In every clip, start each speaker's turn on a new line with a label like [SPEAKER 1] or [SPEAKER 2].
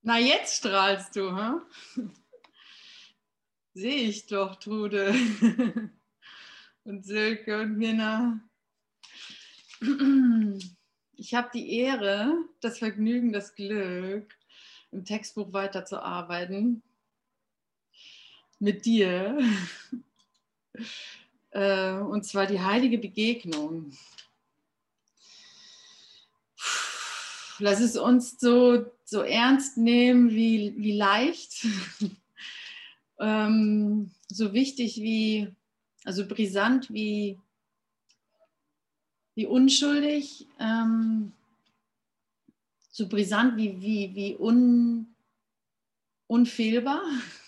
[SPEAKER 1] Na, jetzt strahlst du, hm? Sehe ich doch, Trude. Und Silke und Minna. Ich habe die Ehre, das Vergnügen, das Glück, im Textbuch weiterzuarbeiten. Mit dir. Und zwar die heilige Begegnung. Lass es uns so ernst nehmen wie leicht. So wichtig wie, also brisant wie unschuldig, so brisant wie unfehlbar.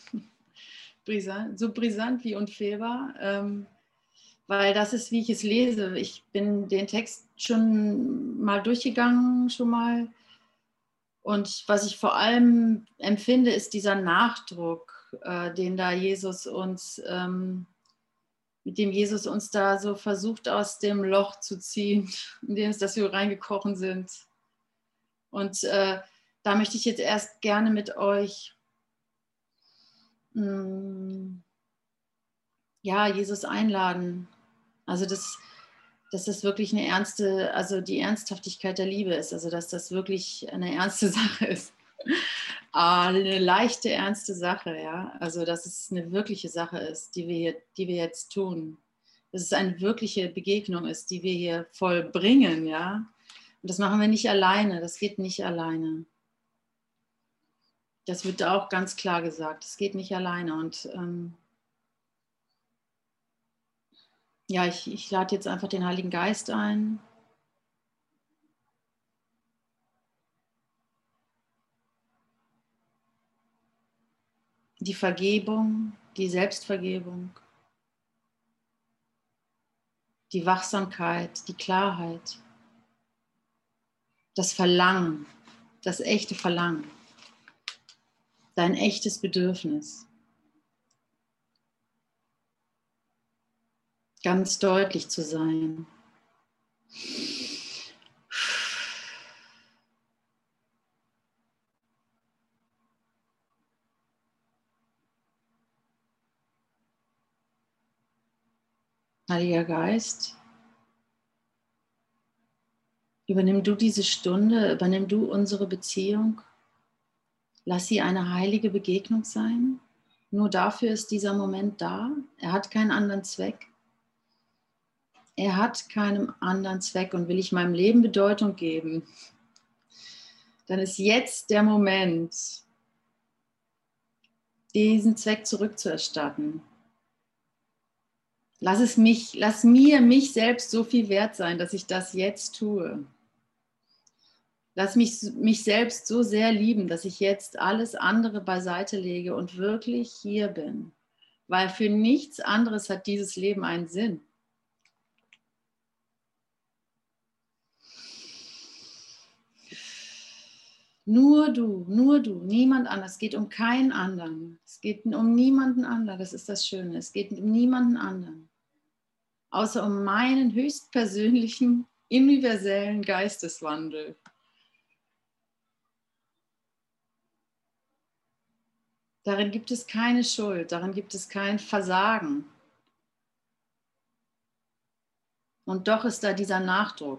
[SPEAKER 1] So brisant wie unfehlbar, weil das ist, wie ich es lese. Ich bin den Text schon mal durchgegangen, schon mal. Und was ich vor allem empfinde, ist dieser Nachdruck, den da Jesus uns, mit dem Jesus uns da so versucht, aus dem Loch zu ziehen, in dem wir reingekrochen sind. Und da möchte ich jetzt erst gerne mit euch Jesus einladen. Also dass das wirklich eine ernste, also die Ernsthaftigkeit der Liebe ist, also dass das wirklich eine ernste Sache ist. Eine leichte, ernste Sache, ja. Also dass es eine wirkliche Sache ist, die wir jetzt tun. Dass es eine wirkliche Begegnung ist, die wir hier vollbringen, ja. Und das machen wir nicht alleine, das geht nicht alleine. Das wird auch ganz klar gesagt, es geht nicht alleine. Und ich lade jetzt einfach den Heiligen Geist ein. Die Vergebung, die Selbstvergebung, die Wachsamkeit, die Klarheit, das Verlangen, das echte Verlangen, dein echtes Bedürfnis. Ganz deutlich zu sein. Heiliger Geist, übernimm du diese Stunde, übernimm du unsere Beziehung. Lass sie eine heilige Begegnung sein. Nur dafür ist dieser Moment da. Er hat keinen anderen Zweck. Er hat keinen anderen Zweck. Und will ich meinem Leben Bedeutung geben, dann ist jetzt der Moment, diesen Zweck zurückzuerstatten. Lass mir mich selbst so viel wert sein, dass ich das jetzt tue. Lass mich selbst so sehr lieben, dass ich jetzt alles andere beiseite lege und wirklich hier bin. Weil für nichts anderes hat dieses Leben einen Sinn. Nur du, niemand anders. Es geht um keinen anderen. Es geht um niemanden anderen. Das ist das Schöne. Es geht um niemanden anderen. Außer um meinen höchstpersönlichen, universellen Geisteswandel. Darin gibt es keine Schuld, darin gibt es kein Versagen. Und doch ist da dieser Nachdruck.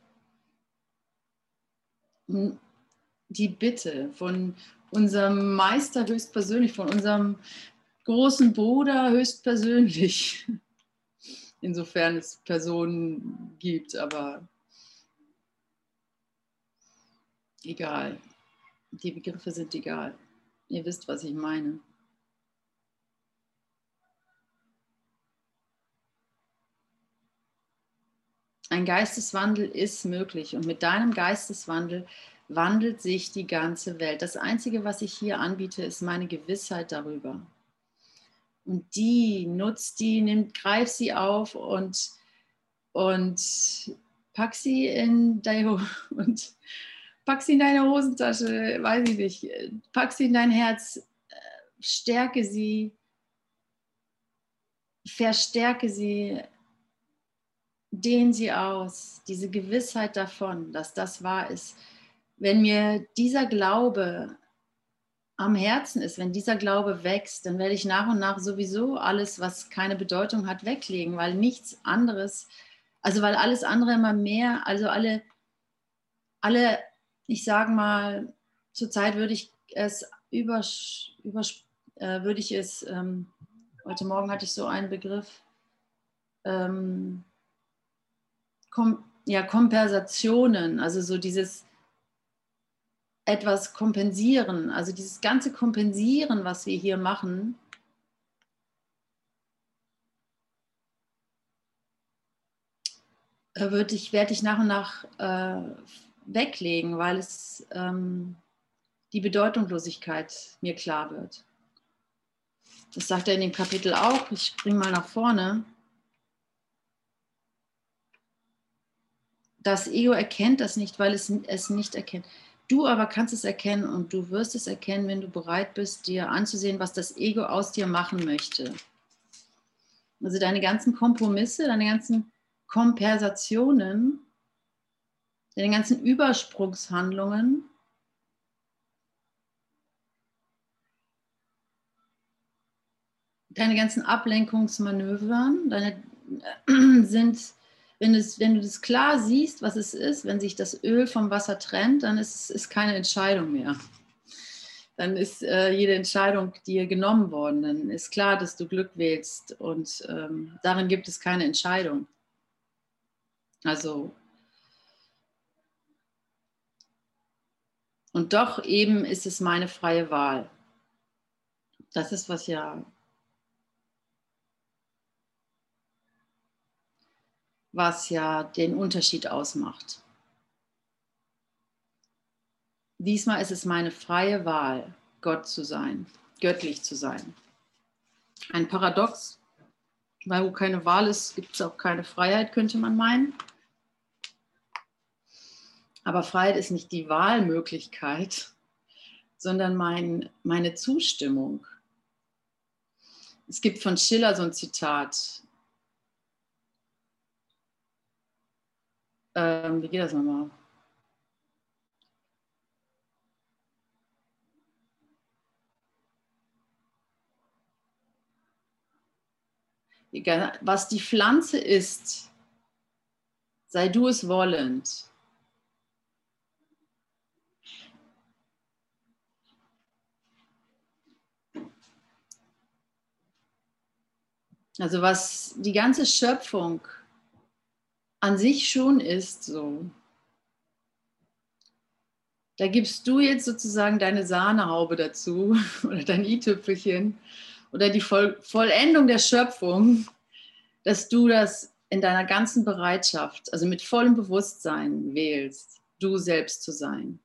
[SPEAKER 1] Die Bitte von unserem Meister höchstpersönlich, von unserem großen Bruder höchstpersönlich. Insofern es Personen gibt, aber egal. Die Begriffe sind egal. Ihr wisst, was ich meine. Ein Geisteswandel ist möglich und mit deinem Geisteswandel wandelt sich die ganze Welt. Das Einzige, was ich hier anbiete, ist meine Gewissheit darüber. Und greif sie auf und pack sie in deine Hosentasche, weiß ich nicht, pack sie in dein Herz, stärke sie, verstärke sie, dehn sie aus, diese Gewissheit davon, dass das wahr ist. Wenn mir dieser Glaube am Herzen ist, wenn dieser Glaube wächst, dann werde ich nach und nach sowieso alles, was keine Bedeutung hat, weglegen, weil nichts anderes, also weil alles andere immer mehr, also alle, ich sage mal, zurzeit würde ich es würde ich es, heute Morgen hatte ich so einen Begriff, Kompensationen, also so dieses etwas kompensieren, also dieses ganze Kompensieren, was wir hier machen, werde ich nach und nach weglegen, weil es die Bedeutungslosigkeit mir klar wird. Das sagt er in dem Kapitel auch. Ich springe mal nach vorne. Das Ego erkennt das nicht, weil es nicht erkennt. Du aber kannst es erkennen und du wirst es erkennen, wenn du bereit bist, dir anzusehen, was das Ego aus dir machen möchte. Also deine ganzen Kompromisse, deine ganzen Kompensationen, deine ganzen Übersprungshandlungen, deine ganzen Ablenkungsmanövern, sind, wenn du das klar siehst, was es ist, wenn sich das Öl vom Wasser trennt, dann ist es keine Entscheidung mehr. Dann ist jede Entscheidung dir genommen worden. Dann ist klar, dass du Glück wählst und darin gibt es keine Entscheidung. Also, und doch eben ist es meine freie Wahl. Das ist, was ja den Unterschied ausmacht. Diesmal ist es meine freie Wahl, Gott zu sein, göttlich zu sein. Ein Paradox, weil wo keine Wahl ist, gibt es auch keine Freiheit, könnte man meinen. Aber Freiheit ist nicht die Wahlmöglichkeit, sondern meine Zustimmung. Es gibt von Schiller so ein Zitat. Wie geht das nochmal? Was die Pflanze ist, sei du es wollend. Also was die ganze Schöpfung an sich schon ist, so. Da gibst du jetzt sozusagen deine Sahnehaube dazu oder dein i-Tüpfelchen oder die Vollendung der Schöpfung, dass du das in deiner ganzen Bereitschaft, also mit vollem Bewusstsein wählst, du selbst zu sein.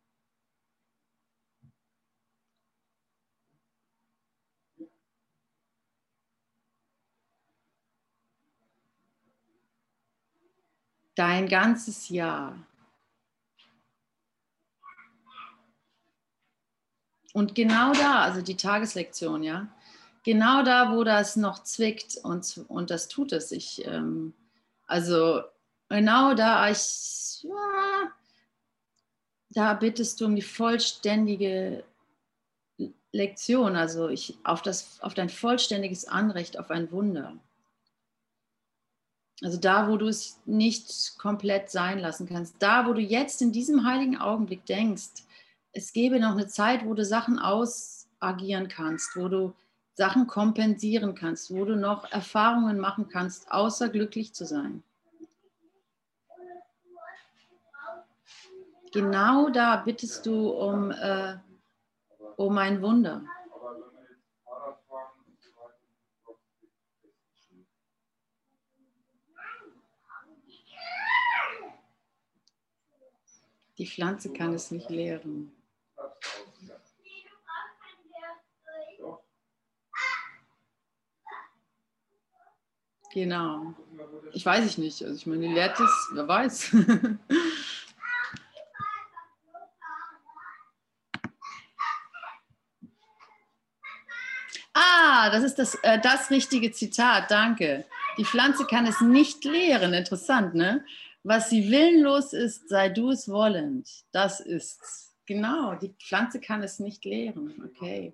[SPEAKER 1] Dein ganzes Jahr. Und genau da, also die Tageslektion, ja, genau da, wo das noch zwickt und das tut es. Also genau da, da bittest du um die vollständige Lektion, also auf dein vollständiges Anrecht auf ein Wunder. Also da, wo du es nicht komplett sein lassen kannst, da, wo du jetzt in diesem heiligen Augenblick denkst, es gäbe noch eine Zeit, wo du Sachen ausagieren kannst, wo du Sachen kompensieren kannst, wo du noch Erfahrungen machen kannst, außer glücklich zu sein. Genau da bittest du um ein Wunder. Die Pflanze kann es nicht lehren. Genau. Ich weiß es nicht. Also ich meine, die lehrt es, wer weiß. Das ist das richtige Zitat, danke. Die Pflanze kann es nicht lehren, interessant, ne? Was sie willenlos ist, sei du es wollend. Das ist's. Genau, die Pflanze kann es nicht lehren. Okay.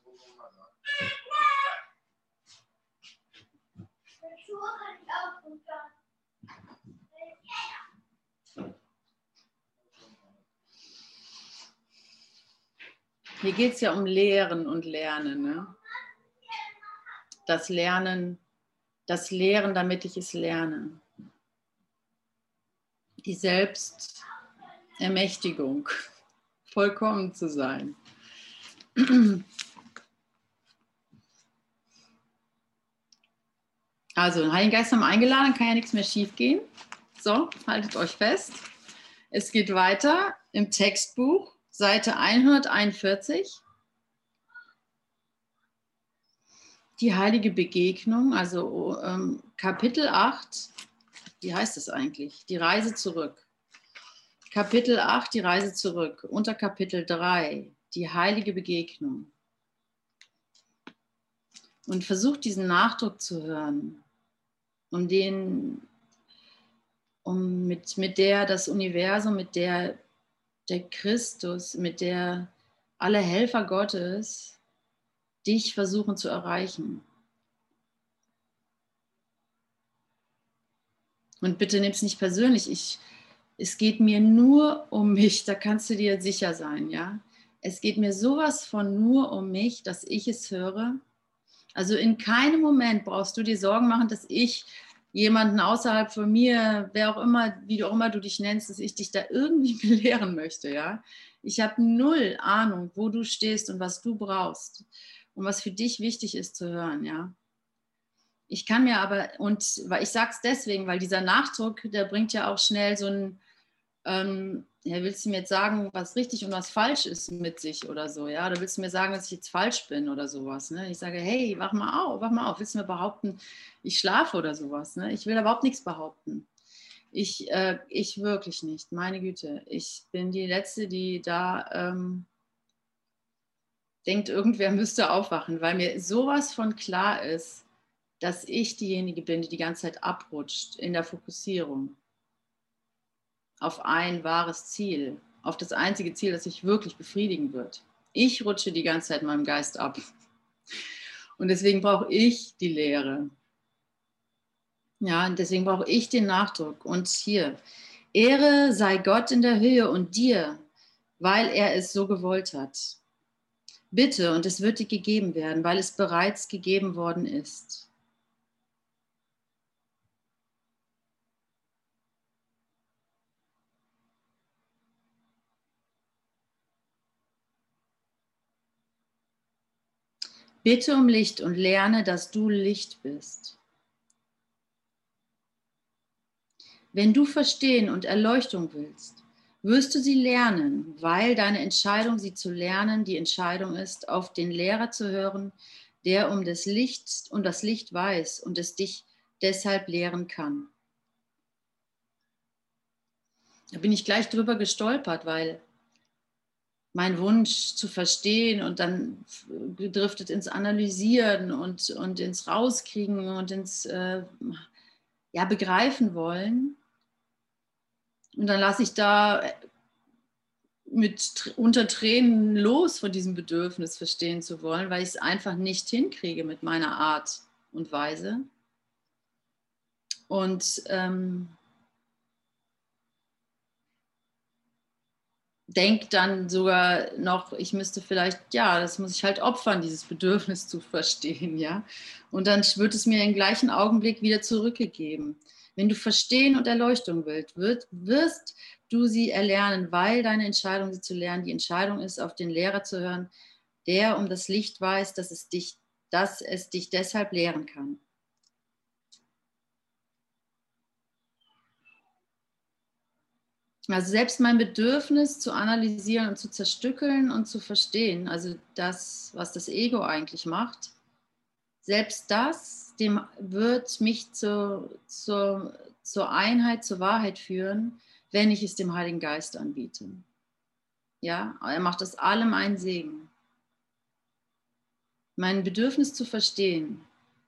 [SPEAKER 1] Hier geht es ja um Lehren und Lernen. Ne? Das Lernen, das Lehren, damit ich es lerne. Die Selbstermächtigung, vollkommen zu sein. Also, den Heiligen Geist haben wir eingeladen, kann ja nichts mehr schief gehen. So, haltet euch fest. Es geht weiter im Textbuch, Seite 141. Die heilige Begegnung, also Kapitel 8. Wie heißt es eigentlich? Die Reise zurück. Kapitel 8, die Reise zurück. Unter Kapitel 3, die heilige Begegnung. Und versucht diesen Nachdruck zu hören, mit der das Universum, mit der Christus, mit der alle Helfer Gottes dich versuchen zu erreichen. Und bitte nimm es nicht persönlich. Es geht mir nur um mich, da kannst du dir sicher sein, ja. Es geht mir sowas von nur um mich, dass ich es höre. Also in keinem Moment brauchst du dir Sorgen machen, dass ich jemanden außerhalb von mir, wer auch immer, wie auch immer du dich nennst, dass ich dich da irgendwie belehren möchte, ja. Ich habe null Ahnung, wo du stehst und was du brauchst und was für dich wichtig ist zu hören, ja. Ich kann mir aber, und weil ich sage es deswegen, weil dieser Nachdruck, der bringt ja auch schnell so ein, ja, willst du mir jetzt sagen, was richtig und was falsch ist mit sich oder so, ja? Oder willst du mir sagen, dass ich jetzt falsch bin oder sowas, ne? Ich sage, hey, wach mal auf. Willst du mir behaupten, ich schlafe oder sowas, ne? Ich will überhaupt nichts behaupten. Ich wirklich nicht, meine Güte. Ich bin die Letzte, die da denkt, irgendwer müsste aufwachen, weil mir sowas von klar ist, dass ich diejenige bin, die ganze Zeit abrutscht in der Fokussierung auf ein wahres Ziel, auf das einzige Ziel, das sich wirklich befriedigen wird. Ich rutsche die ganze Zeit in meinem Geist ab. Und deswegen brauche ich die Lehre. Ja, und deswegen brauche ich den Nachdruck. Und hier, Ehre sei Gott in der Höhe und dir, weil er es so gewollt hat. Bitte, und es wird dir gegeben werden, weil es bereits gegeben worden ist. Bitte um Licht und lerne, dass du Licht bist. Wenn du verstehen und Erleuchtung willst, wirst du sie lernen, weil deine Entscheidung, sie zu lernen, die Entscheidung ist, auf den Lehrer zu hören, der um das Licht weiß und es dich deshalb lehren kann. Da bin ich gleich drüber gestolpert, weil mein Wunsch zu verstehen und dann gedriftet ins Analysieren und ins Rauskriegen und ins Begreifen wollen. Und dann lasse ich da unter Tränen los von diesem Bedürfnis verstehen zu wollen, weil ich es einfach nicht hinkriege mit meiner Art und Weise. Und denke dann sogar noch, ich müsste vielleicht, ja, das muss ich halt opfern, dieses Bedürfnis zu verstehen, ja. Und dann wird es mir im gleichen Augenblick wieder zurückgegeben. Wenn du verstehen und Erleuchtung willst, wirst du sie erlernen, weil deine Entscheidung, sie zu lernen, die Entscheidung ist, auf den Lehrer zu hören, der um das Licht weiß, dass es dich deshalb lehren kann. Also selbst mein Bedürfnis zu analysieren und zu zerstückeln und zu verstehen, also das, was das Ego eigentlich macht, selbst das, dem wird mich zur Einheit, zur Wahrheit führen, wenn ich es dem Heiligen Geist anbiete. Ja, er macht aus allem einen Segen. Mein Bedürfnis zu verstehen,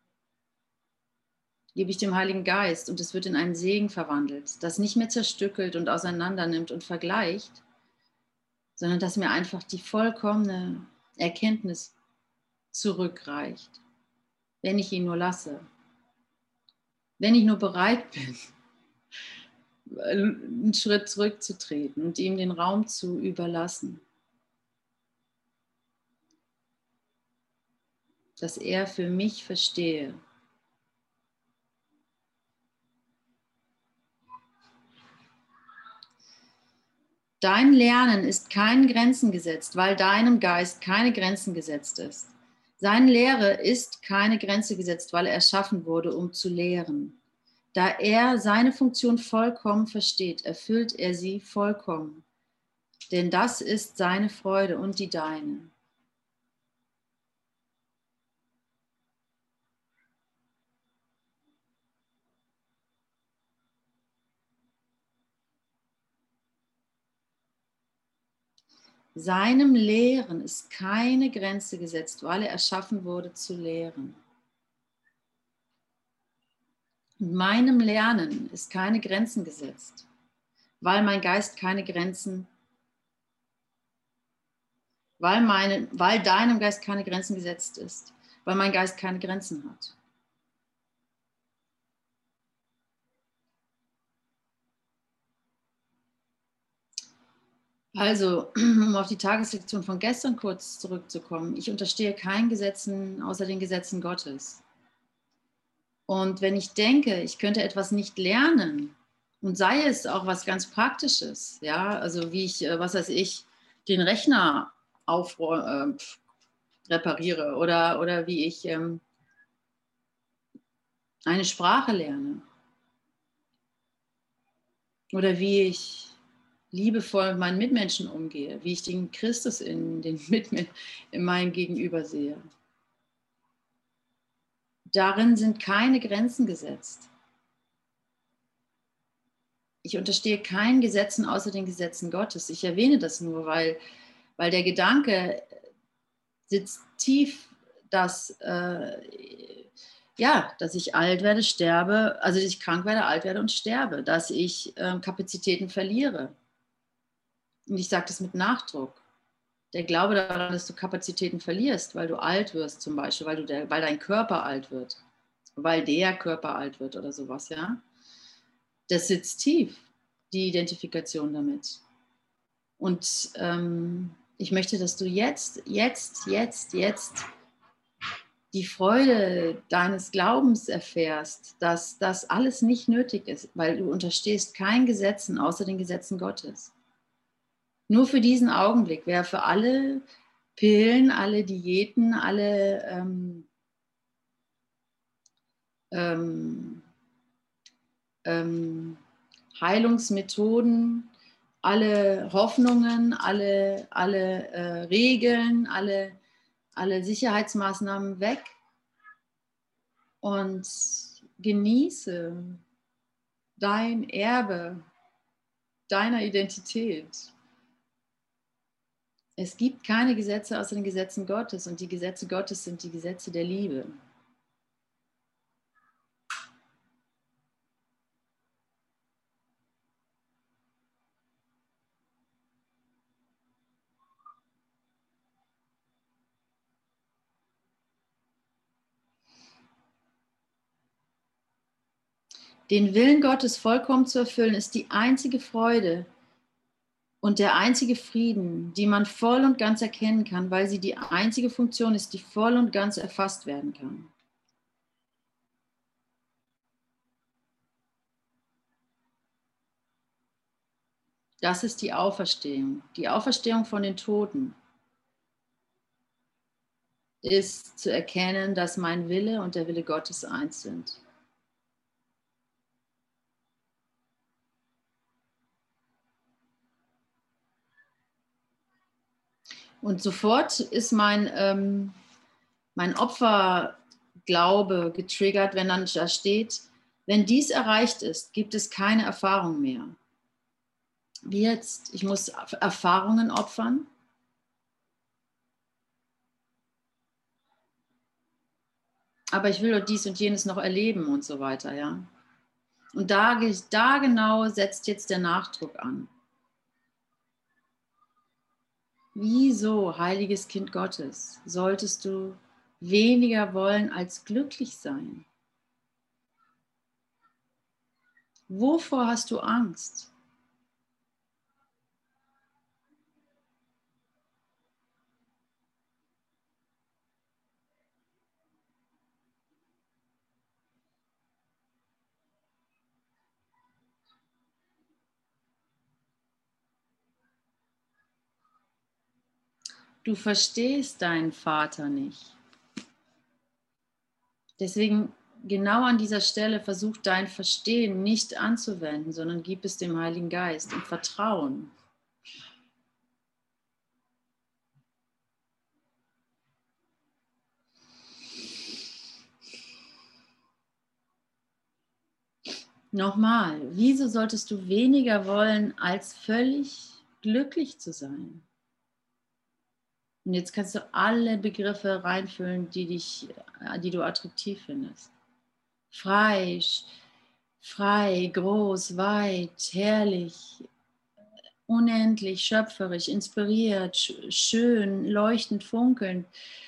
[SPEAKER 1] gebe ich dem Heiligen Geist und es wird in einen Segen verwandelt, das nicht mehr zerstückelt und auseinander nimmt und vergleicht, sondern dass mir einfach die vollkommene Erkenntnis zurückreicht, wenn ich ihn nur lasse, wenn ich nur bereit bin, einen Schritt zurückzutreten und ihm den Raum zu überlassen, dass er für mich verstehe. Dein Lernen ist keinen Grenzen gesetzt, weil deinem Geist keine Grenzen gesetzt ist. Seine Lehre ist keine Grenze gesetzt, weil er erschaffen wurde, um zu lehren. Da er seine Funktion vollkommen versteht, erfüllt er sie vollkommen. Denn das ist seine Freude und die deine. Seinem Lehren ist keine Grenze gesetzt, weil er erschaffen wurde zu lehren. Und meinem Lernen ist keine Grenzen gesetzt, weil mein Geist keine Grenzen, weil deinem Geist keine Grenzen gesetzt ist, weil mein Geist keine Grenzen hat. Also, um auf die Tageslektion von gestern kurz zurückzukommen, ich unterstehe keinen Gesetzen außer den Gesetzen Gottes. Und wenn ich denke, ich könnte etwas nicht lernen, und sei es auch was ganz Praktisches, ja, also wie ich, was weiß ich, den Rechner repariere oder wie ich eine Sprache lerne oder wie ich liebevoll mit meinen Mitmenschen umgehe, wie ich den Christus in meinem Gegenüber sehe. Darin sind keine Grenzen gesetzt. Ich unterstehe keinen Gesetzen außer den Gesetzen Gottes. Ich erwähne das nur, weil der Gedanke sitzt tief, dass, dass ich alt werde, sterbe, also dass ich krank werde, alt werde und sterbe, dass ich Kapazitäten verliere. Und ich sage das mit Nachdruck. Der Glaube daran, dass du Kapazitäten verlierst, weil du alt wirst zum Beispiel, weil dein Körper alt wird, weil der Körper alt wird oder sowas, ja. Das sitzt tief, die Identifikation damit. Und ich möchte, dass du jetzt die Freude deines Glaubens erfährst, dass das alles nicht nötig ist, weil du unterstehst keinen Gesetzen außer den Gesetzen Gottes. Nur für diesen Augenblick, wäre für alle Pillen, alle Diäten, alle Heilungsmethoden, alle Hoffnungen, alle Regeln, alle Sicherheitsmaßnahmen weg und genieße dein Erbe deiner Identität. Es gibt keine Gesetze außer den Gesetzen Gottes und die Gesetze Gottes sind die Gesetze der Liebe. Den Willen Gottes vollkommen zu erfüllen, ist die einzige Freude und der einzige Frieden, die man voll und ganz erkennen kann, weil sie die einzige Funktion ist, die voll und ganz erfasst werden kann. Das ist die Auferstehung von den Toten ist zu erkennen, dass mein Wille und der Wille Gottes eins sind. Und sofort ist mein Opferglaube getriggert, wenn dann da steht, wenn dies erreicht ist, gibt es keine Erfahrung mehr. Wie jetzt, ich muss Erfahrungen opfern. Aber ich will dies und jenes noch erleben und so weiter, ja. Und da genau setzt jetzt der Nachdruck an. Wieso, heiliges Kind Gottes, solltest du weniger wollen als glücklich sein? Wovor hast du Angst? Du verstehst deinen Vater nicht. Deswegen genau an dieser Stelle versuch dein Verstehen nicht anzuwenden, sondern gib es dem Heiligen Geist im Vertrauen. Nochmal, wieso solltest du weniger wollen, als völlig glücklich zu sein? Und jetzt kannst du alle Begriffe reinfüllen, die du attraktiv findest. Frei, frei, groß, weit, herrlich, unendlich, schöpferisch, inspiriert, schön, leuchtend, funkelnd,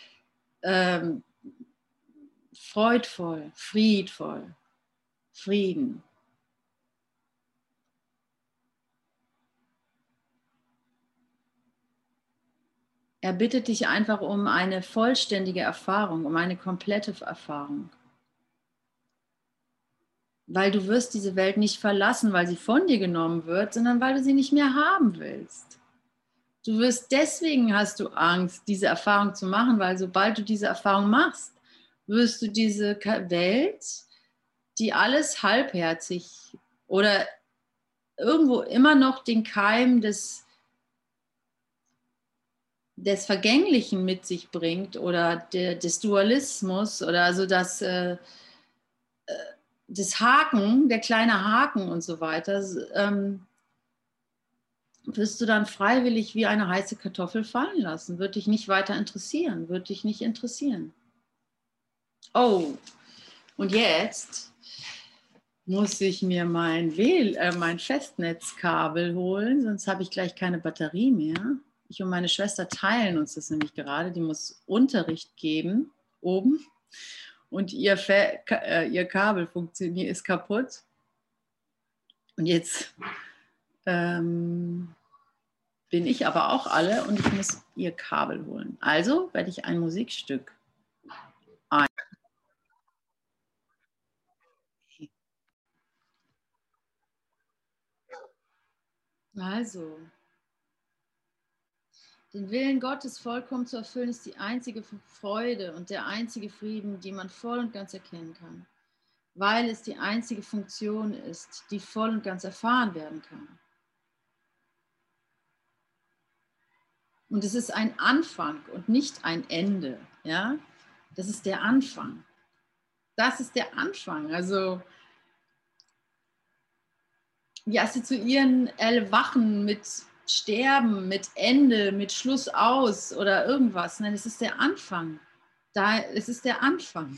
[SPEAKER 1] freudvoll, friedvoll, Frieden. Er bittet dich einfach um eine vollständige Erfahrung, um eine komplette Erfahrung. Weil du wirst diese Welt nicht verlassen, weil sie von dir genommen wird, sondern weil du sie nicht mehr haben willst. Deswegen hast du Angst, diese Erfahrung zu machen, weil sobald du diese Erfahrung machst, wirst du diese Welt, die alles halbherzig oder irgendwo immer noch den Keim des Vergänglichen mit sich bringt oder des Dualismus oder also des Haken, der kleine Haken und so weiter, wirst du dann freiwillig wie eine heiße Kartoffel fallen lassen, wird dich nicht weiter interessieren, wird dich nicht interessieren. Oh, und jetzt muss ich mir mein Festnetzkabel holen, sonst habe ich gleich keine Batterie mehr. Ich und meine Schwester teilen uns das nämlich gerade. Die muss Unterricht geben oben und ihr Kabel ist kaputt. Und jetzt bin ich aber auch alle und ich muss ihr Kabel holen. Also werde ich ein Musikstück ein. Also, den Willen Gottes vollkommen zu erfüllen, ist die einzige Freude und der einzige Frieden, die man voll und ganz erkennen kann, weil es die einzige Funktion ist, die voll und ganz erfahren werden kann. Und es ist ein Anfang und nicht ein Ende. Ja? Das ist der Anfang. Das ist der Anfang. Also wir assoziieren Erwachen mit Sterben, mit Ende, mit Schluss aus oder irgendwas. Nein, es ist der Anfang. Es ist der Anfang.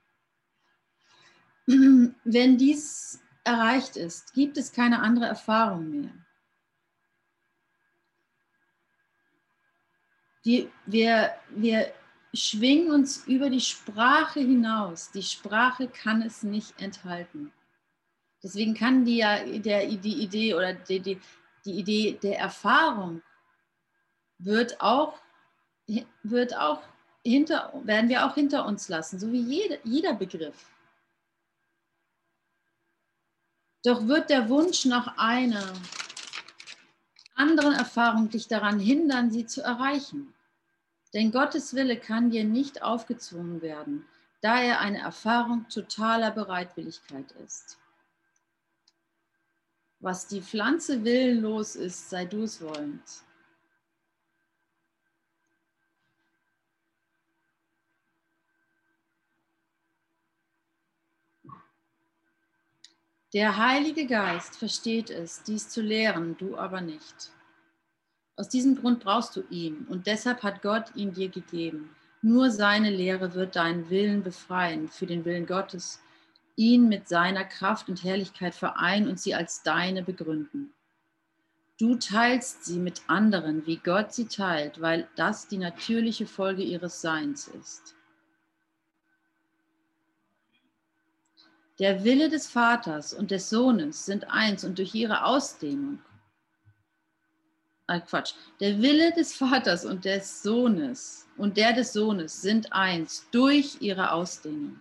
[SPEAKER 1] Wenn dies erreicht ist, gibt es keine andere Erfahrung mehr. Wir schwingen uns über die Sprache hinaus. Die Sprache kann es nicht enthalten. Deswegen kann die Idee oder die Idee der Erfahrung werden wir auch hinter uns lassen, so wie jeder Begriff. Doch wird der Wunsch nach einer anderen Erfahrung dich daran hindern, sie zu erreichen. Denn Gottes Wille kann dir nicht aufgezwungen werden, da er eine Erfahrung totaler Bereitwilligkeit ist. Was die Pflanze willenlos ist, sei du es wollend. Der Heilige Geist versteht es, dies zu lehren, du aber nicht. Aus diesem Grund brauchst du ihn und deshalb hat Gott ihn dir gegeben. Nur seine Lehre wird deinen Willen befreien für den Willen Gottes, ihn mit seiner Kraft und Herrlichkeit vereinen und sie als deine begründen. Du teilst sie mit anderen, wie Gott sie teilt, weil das die natürliche Folge ihres Seins ist. Der Wille des Vaters und des Sohnes sind eins und durch ihre Ausdehnung. Der Wille des Vaters und des Sohnes und der des Sohnes sind eins durch ihre Ausdehnung.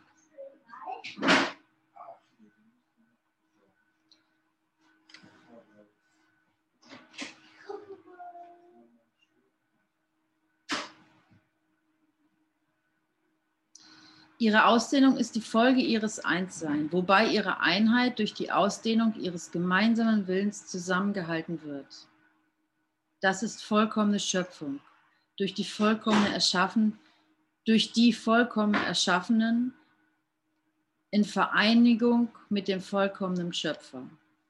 [SPEAKER 1] Ihre Ausdehnung ist die Folge ihres Einsseins, wobei ihre Einheit durch die Ausdehnung ihres gemeinsamen Willens zusammengehalten wird. Das ist vollkommene Schöpfung. Durch die vollkommene Erschaffenen in Vereinigung mit dem vollkommenen Schöpfer.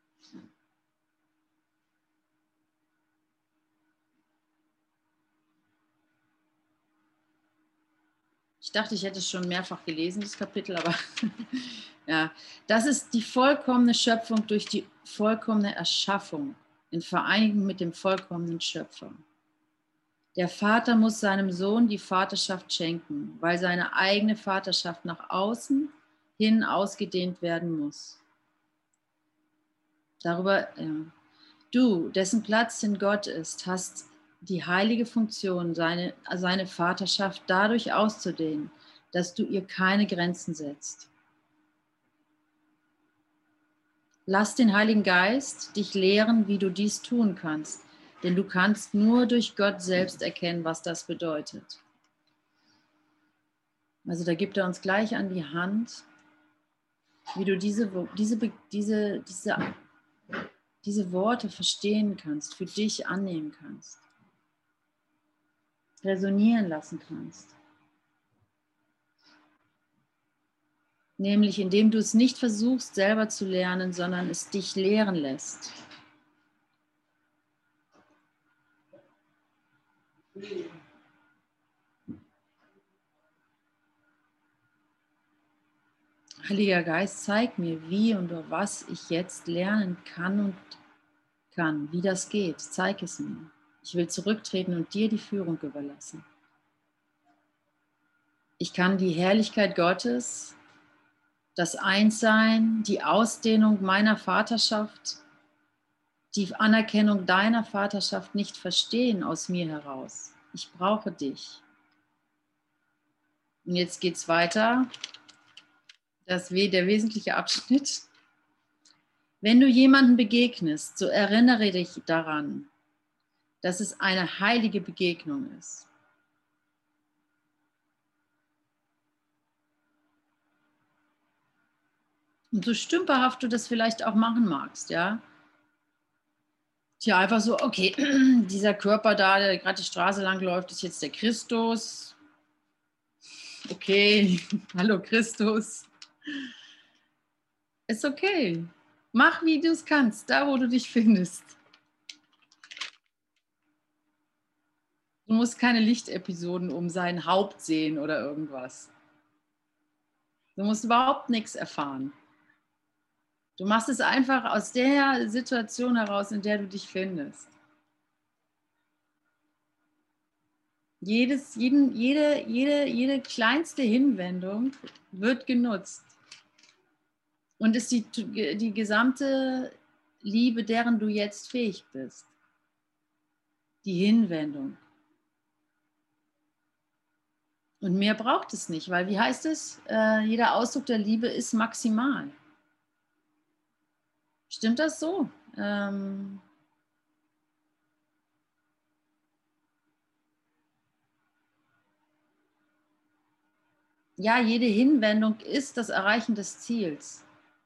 [SPEAKER 1] Ich dachte, ich hätte es schon mehrfach gelesen, das Kapitel, aber ja, das ist die vollkommene Schöpfung durch die vollkommene Erschaffung in Vereinigung mit dem vollkommenen Schöpfer. Der Vater muss seinem Sohn die Vaterschaft schenken, weil seine eigene Vaterschaft nach außen hin ausgedehnt werden muss. Du, dessen Platz in Gott ist, hast die heilige Funktion, seine Vaterschaft dadurch auszudehnen, dass du ihr keine Grenzen setzt. Lass den Heiligen Geist dich lehren, wie du dies tun kannst, denn du kannst nur durch Gott selbst erkennen, was das bedeutet. Also da gibt er uns gleich an die Hand, wie du diese Worte verstehen kannst, für dich annehmen kannst, resonieren lassen kannst. Nämlich indem du es nicht versuchst selber zu lernen, sondern es dich lehren lässt. Heiliger Geist, zeig mir, wie und durch was ich jetzt lernen kann, wie das geht. Zeig es mir. Ich will zurücktreten und dir die Führung überlassen. Ich kann die Herrlichkeit Gottes, das Einssein, die Ausdehnung meiner Vaterschaft, die Anerkennung deiner Vaterschaft nicht verstehen aus mir heraus. Ich brauche dich. Und jetzt geht es weiter. Der wesentliche Abschnitt. Wenn du jemandem begegnest, so erinnere dich daran, dass es eine heilige Begegnung ist. Und so stümperhaft du das vielleicht auch machen magst, ja. Tja, einfach so, okay, dieser Körper da, der gerade die Straße lang läuft, ist jetzt der Christus. Okay, hallo Christus. Ist okay. Mach, wie du es kannst, da wo du dich findest. Du musst keine Lichtepisoden um sein Haupt sehen oder irgendwas. Du musst überhaupt nichts erfahren. Du machst es einfach aus der Situation heraus, in der du dich findest. Jede kleinste Hinwendung wird genutzt und ist die gesamte Liebe, deren du jetzt fähig bist. Die Hinwendung. Und mehr braucht es nicht, weil wie heißt es? Jeder Ausdruck der Liebe ist maximal. Stimmt das so? Ja, jede Hinwendung ist das Erreichen des Ziels.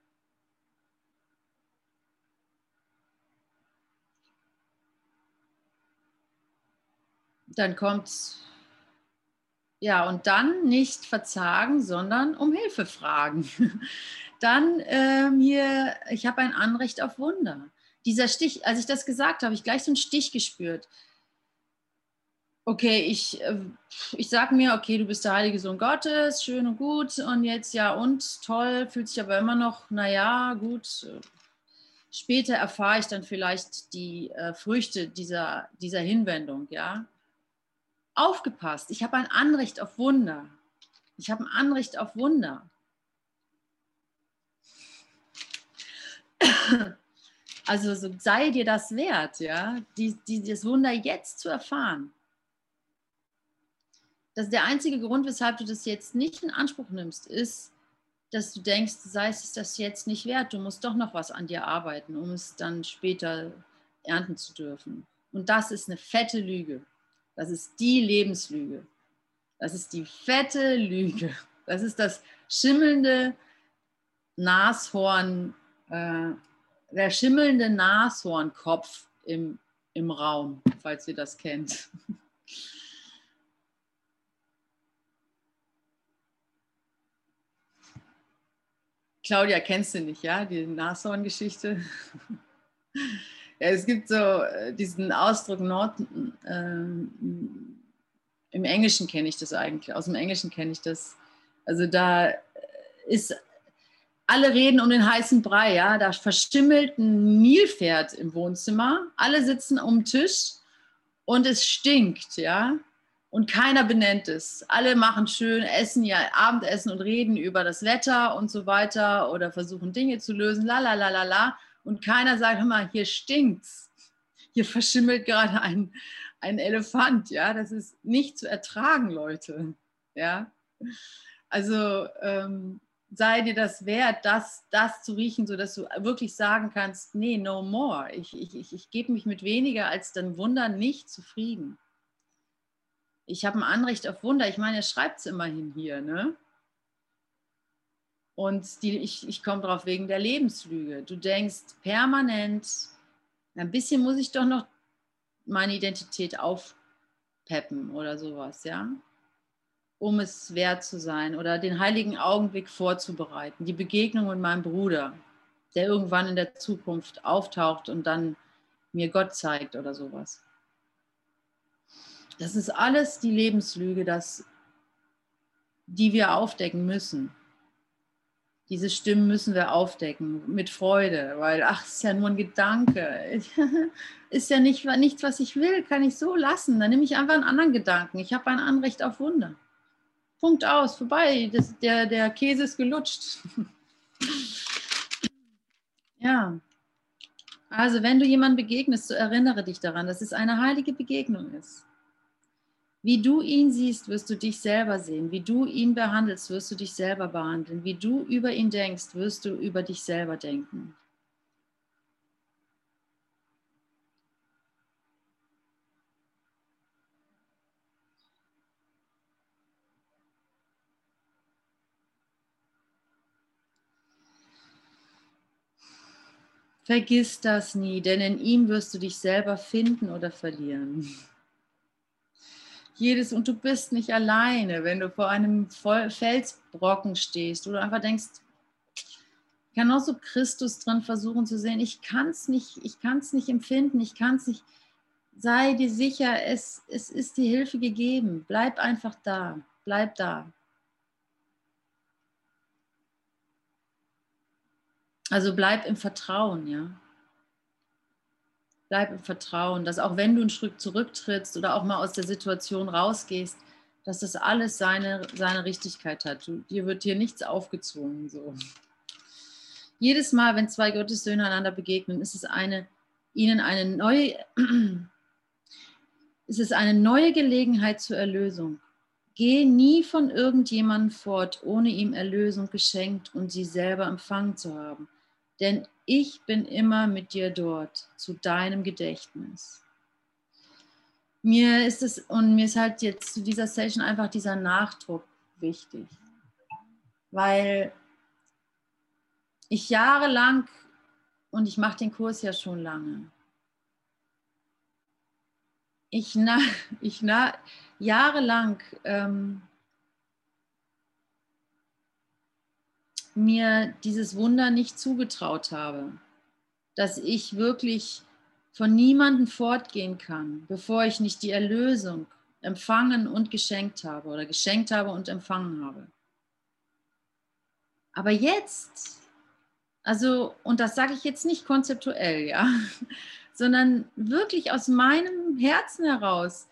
[SPEAKER 1] Dann kommt, ja, und dann nicht verzagen, sondern um Hilfe fragen. Dann hier, ich habe ein Anrecht auf Wunder. Dieser Stich, als ich das gesagt habe, habe ich gleich so einen Stich gespürt. Okay, ich sage mir, okay, du bist der heilige Sohn Gottes, schön und gut. Und jetzt, ja und, toll, fühlt sich aber immer noch, naja, gut, später erfahre ich dann vielleicht die Früchte dieser Hinwendung, ja. Aufgepasst, ich habe ein Anrecht auf Wunder. Ich habe ein Anrecht auf Wunder. Also so sei dir das wert, ja, das Wunder jetzt zu erfahren. Das ist der einzige Grund, weshalb du das jetzt nicht in Anspruch nimmst, ist, dass du denkst, sei es das jetzt nicht wert, du musst doch noch was an dir arbeiten, um es dann später ernten zu dürfen. Und das ist eine fette Lüge. Das ist die Lebenslüge. Das ist die fette Lüge. Das ist das schimmelnde Nashorn, der schimmelnde Nashornkopf im Raum, falls ihr das kennt. Claudia, kennst du nicht, ja, die Nashorn-Geschichte? Ja, es gibt so diesen Ausdruck, im Englischen kenne ich das eigentlich, aus dem Englischen kenne ich das. Also da ist, alle reden um den heißen Brei, ja, da verschimmelt ein Nilpferd im Wohnzimmer, alle sitzen um den Tisch und es stinkt, ja. Und keiner benennt es. Alle machen schön, essen ja Abendessen und reden über das Wetter und so weiter oder versuchen Dinge zu lösen, la la la la la. Und keiner sagt, hör mal, hier stinkt's. Hier verschimmelt gerade ein Elefant, ja. Das ist nicht zu ertragen, Leute. Ja. Also sei dir das wert, das zu riechen, sodass du wirklich sagen kannst, nee, no more. Ich gebe mich mit weniger als dann Wunder nicht zufrieden. Ich habe ein Anrecht auf Wunder. Ich meine, er schreibt es immerhin hier, ne? Und ich komme drauf wegen der Lebenslüge. Du denkst permanent, ein bisschen muss ich doch noch meine Identität aufpeppen oder sowas, ja? Um es wert zu sein oder den heiligen Augenblick vorzubereiten. Die Begegnung mit meinem Bruder, der irgendwann in der Zukunft auftaucht und dann mir Gott zeigt oder sowas. Das ist alles die Lebenslüge, die wir aufdecken müssen. Diese Stimmen müssen wir aufdecken mit Freude, weil, ach, ist ja nur ein Gedanke. Ist ja nichts, was ich will, kann ich so lassen. Dann nehme ich einfach einen anderen Gedanken. Ich habe ein Anrecht auf Wunder. Punkt aus, vorbei. Der Käse ist gelutscht. Ja, also wenn du jemandem begegnest, so erinnere dich daran, dass es eine heilige Begegnung ist. Wie du ihn siehst, wirst du dich selber sehen. Wie du ihn behandelst, wirst du dich selber behandeln. Wie du über ihn denkst, wirst du über dich selber denken. Vergiss das nie, denn in ihm wirst du dich selber finden oder verlieren. Und du bist nicht alleine, wenn du vor einem Felsbrocken stehst, wo du einfach denkst, ich kann auch so Christus drin versuchen zu sehen, ich kann es nicht empfinden, ich kann es nicht. Sei dir sicher, es ist dir Hilfe gegeben. Bleib einfach da, bleib da. Also bleib im Vertrauen, ja. Bleib im Vertrauen, dass auch wenn du einen Schritt zurücktrittst oder auch mal aus der Situation rausgehst, dass das alles seine Richtigkeit hat. Dir wird hier nichts aufgezwungen. So. Jedes Mal, wenn zwei Gottessöhne einander begegnen, ist es eine neue Gelegenheit zur Erlösung. Geh nie von irgendjemandem fort, ohne ihm Erlösung geschenkt und sie selber empfangen zu haben. Denn ich bin immer mit dir dort, zu deinem Gedächtnis. Mir ist halt jetzt zu dieser Session einfach dieser Nachdruck wichtig. Weil ich jahrelang, und ich mache den Kurs ja schon lange, jahrelang mir dieses Wunder nicht zugetraut habe, dass ich wirklich von niemandem fortgehen kann, bevor ich nicht die Erlösung empfangen und geschenkt habe oder geschenkt habe und empfangen habe. Aber jetzt, Also, und das sage ich jetzt nicht konzeptuell, ja, sondern wirklich aus meinem Herzen heraus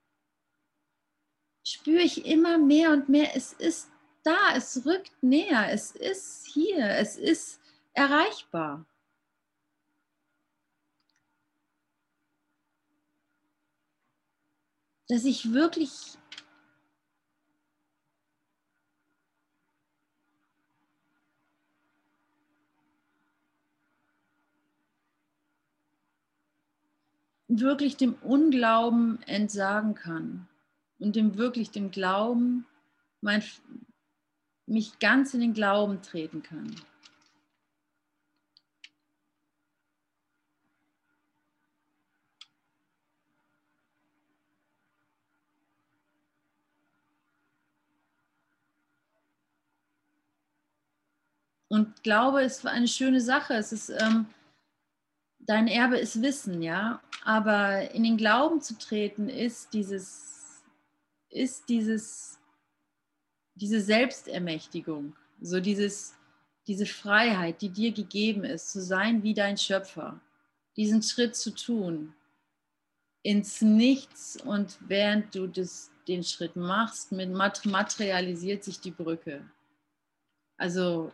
[SPEAKER 1] spüre ich immer mehr und mehr, es ist da, es rückt näher, es ist hier, es ist erreichbar. Dass ich wirklich wirklich dem Unglauben entsagen kann und dem Glauben, mein, mich ganz in den Glauben treten kann. Und Glaube ist eine schöne Sache. Es ist, dein Erbe ist Wissen, ja. Aber in den Glauben zu treten diese Selbstermächtigung, so diese Freiheit, die dir gegeben ist, zu sein wie dein Schöpfer, diesen Schritt zu tun ins Nichts, und während du den Schritt machst, materialisiert sich die Brücke. Also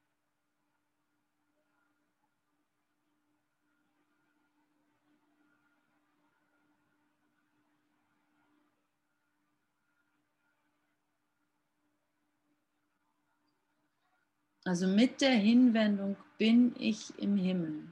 [SPEAKER 1] mit der Hinwendung bin ich im Himmel.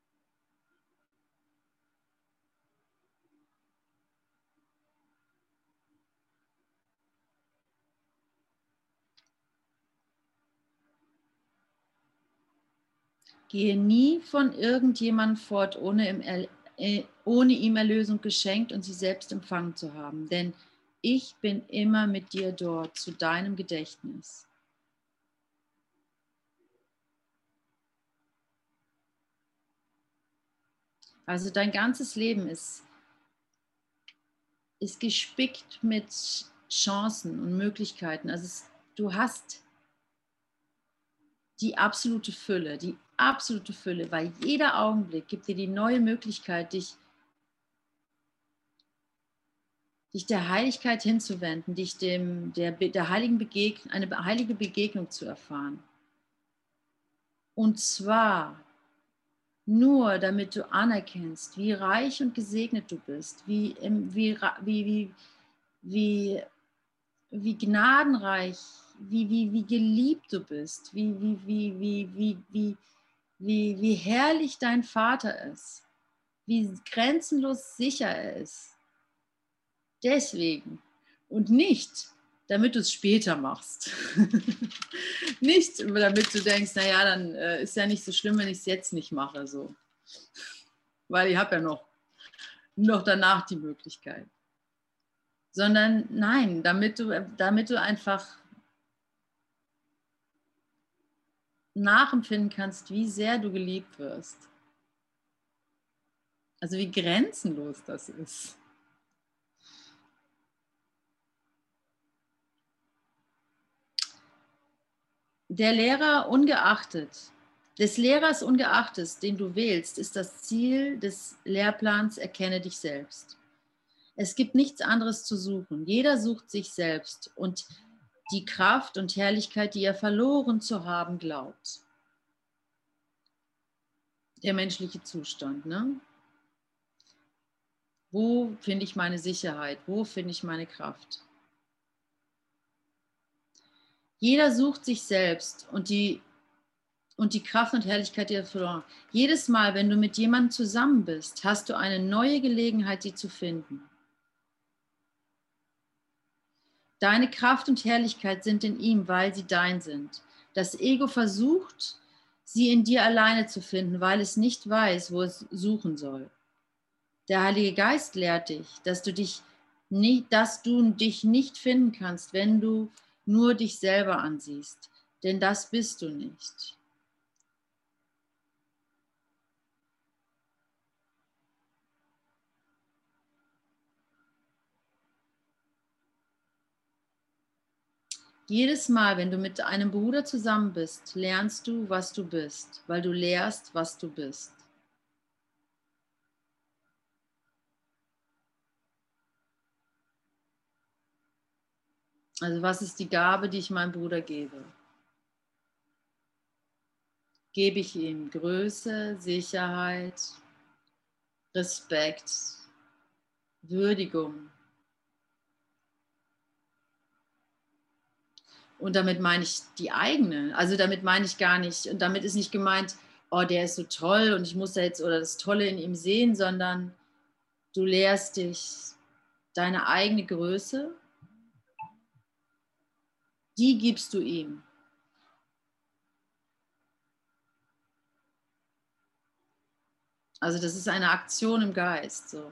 [SPEAKER 1] Gehe nie von irgendjemandem fort, ohne ihm Erlösung geschenkt und sie selbst empfangen zu haben. Denn ich bin immer mit dir dort, zu deinem Gedächtnis. Also dein ganzes Leben ist gespickt mit Chancen und Möglichkeiten. Du hast die absolute Fülle, weil jeder Augenblick gibt dir die neue Möglichkeit, dich der Heiligkeit hinzuwenden, dich der heiligen eine heilige Begegnung zu erfahren. Und zwar nur, damit du anerkennst, wie reich und gesegnet du bist, wie gnadenreich, wie geliebt du bist, wie herrlich dein Vater ist, wie grenzenlos sicher er ist. Deswegen und nicht, damit du es später machst. Nicht, damit du denkst, naja, dann ist ja nicht so schlimm, wenn ich es jetzt nicht mache. So. Weil ich habe ja noch danach die Möglichkeit. Sondern nein, damit du einfach nachempfinden kannst, wie sehr du geliebt wirst. Also wie grenzenlos das ist. Des Lehrers ungeachtet, den du wählst, ist das Ziel des Lehrplans: erkenne dich selbst. Es gibt nichts anderes zu suchen. Jeder sucht sich selbst und die Kraft und Herrlichkeit, die er verloren zu haben glaubt. Der menschliche Zustand, ne? Wo finde ich meine Sicherheit? Wo finde ich meine Kraft? Jeder sucht sich selbst und die Kraft und Herrlichkeit, die er verloren. Jedes Mal, wenn du mit jemandem zusammen bist, hast du eine neue Gelegenheit, sie zu finden. Deine Kraft und Herrlichkeit sind in ihm, weil sie dein sind. Das Ego versucht, sie in dir alleine zu finden, weil es nicht weiß, wo es suchen soll. Der Heilige Geist lehrt dich, dass du dich nicht finden kannst, wenn du nur dich selber ansiehst. Denn das bist du nicht. Jedes Mal, wenn du mit einem Bruder zusammen bist, lernst du, was du bist, weil du lehrst, was du bist. Also was ist die Gabe, die ich meinem Bruder gebe? Gebe ich ihm Größe, Sicherheit, Respekt, Würdigung. Und damit meine ich die eigene. Also damit meine ich gar nicht, und damit ist nicht gemeint, oh, der ist so toll und ich muss da jetzt oder das Tolle in ihm sehen, sondern du lehrst dich deine eigene Größe, die gibst du ihm. Also das ist eine Aktion im Geist. So.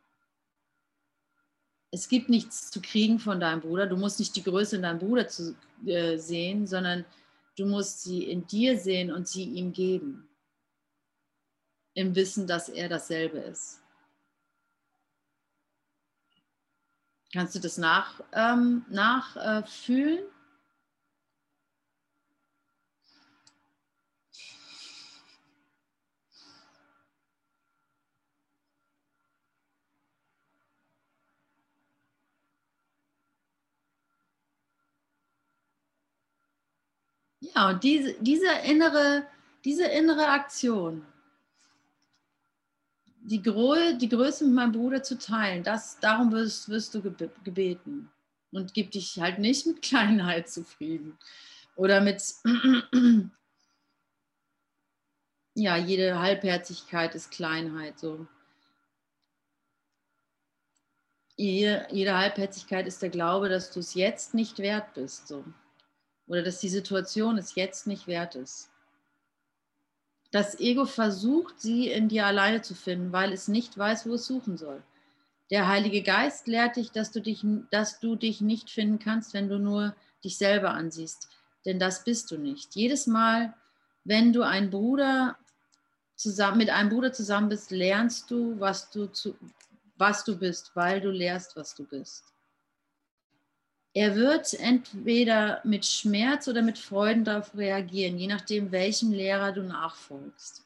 [SPEAKER 1] Es gibt nichts zu kriegen von deinem Bruder. Du musst nicht die Größe in deinem Bruder sehen, sondern du musst sie in dir sehen und sie ihm geben. Im Wissen, dass er dasselbe ist. Kannst du das nachfühlen? Ja, und diese innere Aktion, die Größe mit meinem Bruder zu teilen, darum wirst du gebeten. Und gib dich halt nicht mit Kleinheit zufrieden. Oder mit, ja, jede Halbherzigkeit ist Kleinheit. So. Jede Halbherzigkeit ist der Glaube, dass du es jetzt nicht wert bist. So. Oder dass die Situation es jetzt nicht wert ist. Das Ego versucht, sie in dir alleine zu finden, weil es nicht weiß, wo es suchen soll. Der Heilige Geist lehrt dich, dass du dich nicht finden kannst, wenn du nur dich selber ansiehst. Denn das bist du nicht. Jedes Mal, wenn du mit einem Bruder zusammen bist, lernst du, was du bist, weil du lehrst, was du bist. Er wird entweder mit Schmerz oder mit Freuden darauf reagieren, je nachdem, welchem Lehrer du nachfolgst.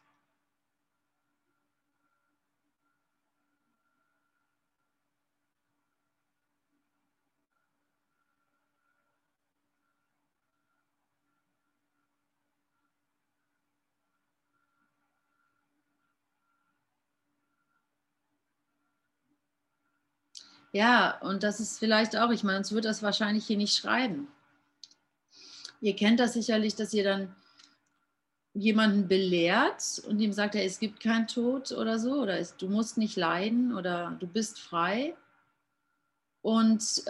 [SPEAKER 1] Ja, und das ist vielleicht auch, ich meine, uns wird das wahrscheinlich hier nicht schreiben. Ihr kennt das sicherlich, dass ihr dann jemanden belehrt und ihm sagt, es gibt keinen Tod oder so, oder du musst nicht leiden oder du bist frei. Und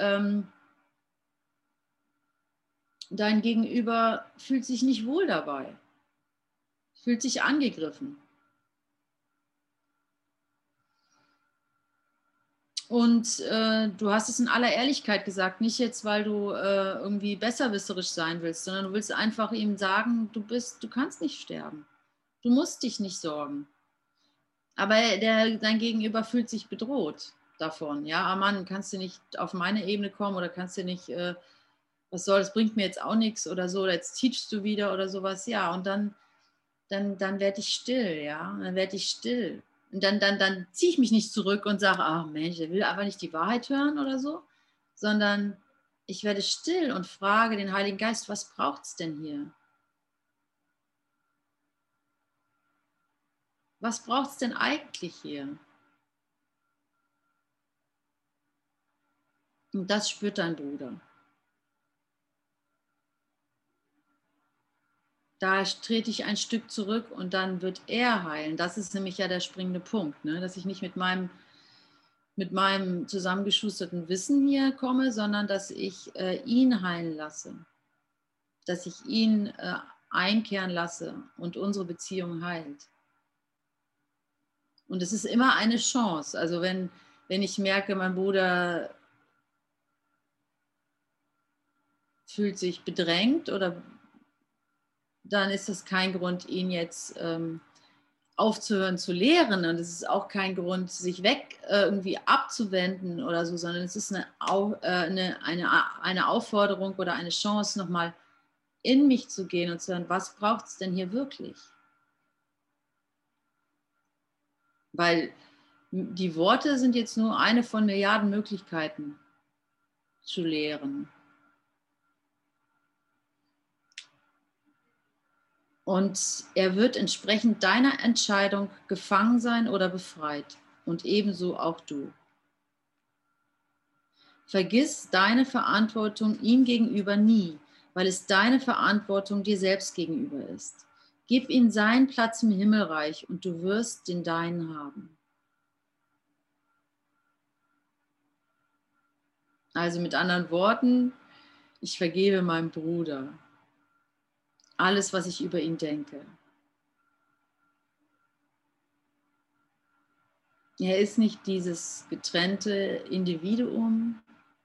[SPEAKER 1] dein Gegenüber fühlt sich nicht wohl dabei, fühlt sich angegriffen. Und du hast es in aller Ehrlichkeit gesagt, nicht jetzt, weil du irgendwie besserwisserisch sein willst, sondern du willst einfach ihm sagen, du kannst nicht sterben. Du musst dich nicht sorgen. Aber dein Gegenüber fühlt sich bedroht davon. Ja, ah Mann, kannst du nicht auf meine Ebene kommen oder kannst du nicht, was soll, das bringt mir jetzt auch nichts oder so, oder jetzt teachst du wieder oder sowas. Ja, und dann werde ich still, ja, dann werde ich still. Und dann ziehe ich mich nicht zurück und sage, ach Mensch, der will einfach nicht die Wahrheit hören oder so, sondern ich werde still und frage den Heiligen Geist, was braucht es denn hier? Was braucht es denn eigentlich hier? Und das spürt dein Bruder. Da trete ich ein Stück zurück und dann wird er heilen. Das ist nämlich ja der springende Punkt, ne? Dass ich nicht mit meinem zusammengeschusterten Wissen hier komme, sondern dass ich ihn heilen lasse, dass ich ihn einkehren lasse und unsere Beziehung heilt. Und es ist immer eine Chance. Also wenn ich merke, mein Bruder fühlt sich bedrängt, oder dann ist das kein Grund, ihn jetzt aufzuhören zu lehren. Und es ist auch kein Grund, sich weg irgendwie abzuwenden oder so, sondern es ist eine Aufforderung oder eine Chance, nochmal in mich zu gehen und zu hören, was braucht es denn hier wirklich? Weil die Worte sind jetzt nur eine von Milliarden Möglichkeiten zu lehren. Und er wird entsprechend deiner Entscheidung gefangen sein oder befreit. Und ebenso auch du. Vergiss deine Verantwortung ihm gegenüber nie, weil es deine Verantwortung dir selbst gegenüber ist. Gib ihm seinen Platz im Himmelreich und du wirst den deinen haben. Also mit anderen Worten, ich vergebe meinem Bruder alles, was ich über ihn denke. Er ist nicht dieses getrennte Individuum.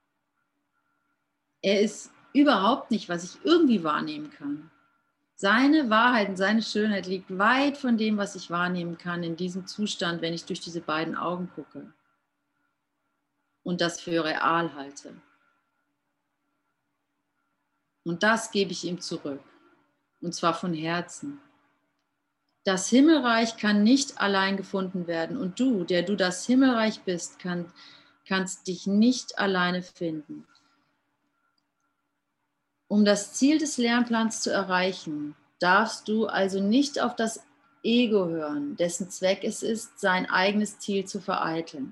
[SPEAKER 1] Er ist überhaupt nicht, was ich irgendwie wahrnehmen kann. Seine Wahrheit und seine Schönheit liegt weit von dem, was ich wahrnehmen kann in diesem Zustand, wenn ich durch diese beiden Augen gucke und das für real halte. Und das gebe ich ihm zurück, und zwar von Herzen. Das Himmelreich kann nicht allein gefunden werden und du, der du das Himmelreich bist, kannst dich nicht alleine finden. Um das Ziel des Lernplans zu erreichen, darfst du also nicht auf das Ego hören, dessen Zweck es ist, sein eigenes Ziel zu vereiteln.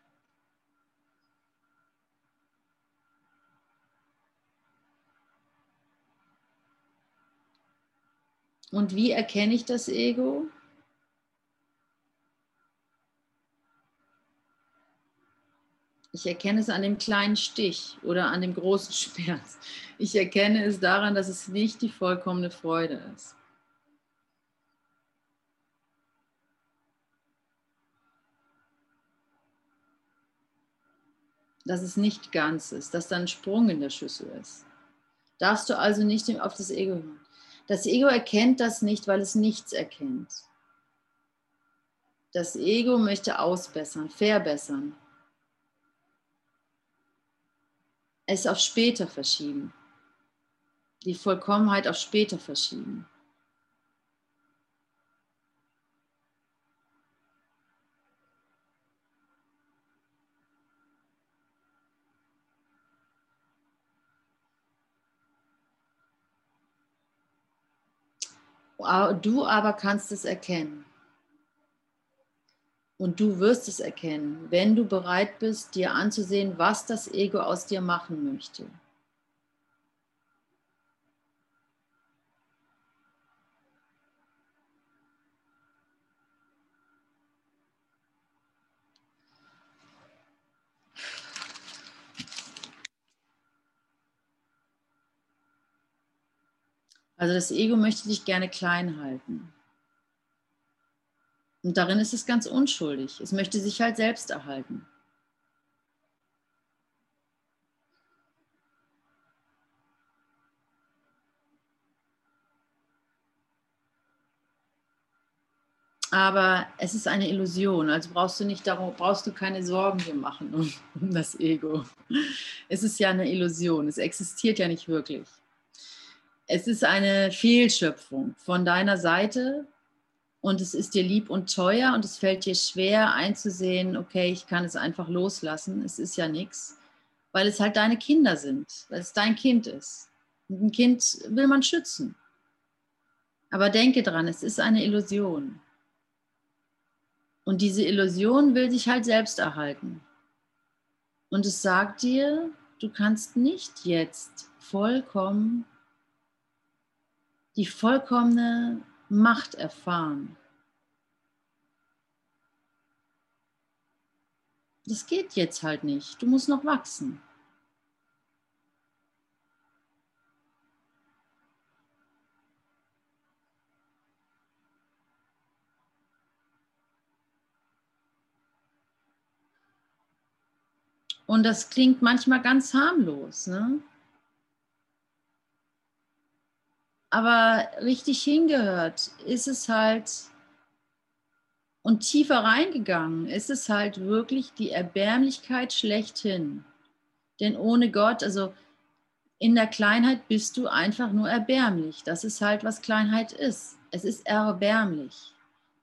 [SPEAKER 1] Und wie erkenne ich das Ego? Ich erkenne es an dem kleinen Stich oder an dem großen Schmerz. Ich erkenne es daran, dass es nicht die vollkommene Freude ist. Dass es nicht ganz ist, dass da ein Sprung in der Schüssel ist. Darfst du also nicht auf das Ego hören. Das Ego erkennt das nicht, weil es nichts erkennt. Das Ego möchte ausbessern, verbessern. Es auf später verschieben. Die Vollkommenheit auf später verschieben. Du aber kannst es erkennen. Und du wirst es erkennen, wenn du bereit bist, dir anzusehen, was das Ego aus dir machen möchte. Also das Ego möchte dich gerne klein halten. Und darin ist es ganz unschuldig. Es möchte sich halt selbst erhalten. Aber es ist eine Illusion, also brauchst du keine Sorgen hier machen um das Ego. Es ist ja eine Illusion, es existiert ja nicht wirklich. Es ist eine Fehlschöpfung von deiner Seite und es ist dir lieb und teuer und es fällt dir schwer einzusehen, okay, ich kann es einfach loslassen, es ist ja nichts, weil es halt deine Kinder sind, weil es dein Kind ist. Und ein Kind will man schützen. Aber denke dran, es ist eine Illusion. Und diese Illusion will sich halt selbst erhalten. Und es sagt dir, du kannst nicht jetzt die vollkommene Macht erfahren. Das geht jetzt halt nicht. Du musst noch wachsen. Und das klingt manchmal ganz harmlos, ne? Aber richtig hingehört ist es halt und tiefer reingegangen, ist es halt wirklich die Erbärmlichkeit schlechthin. Denn ohne Gott, also in der Kleinheit bist du einfach nur erbärmlich. Das ist halt, was Kleinheit ist. Es ist erbärmlich.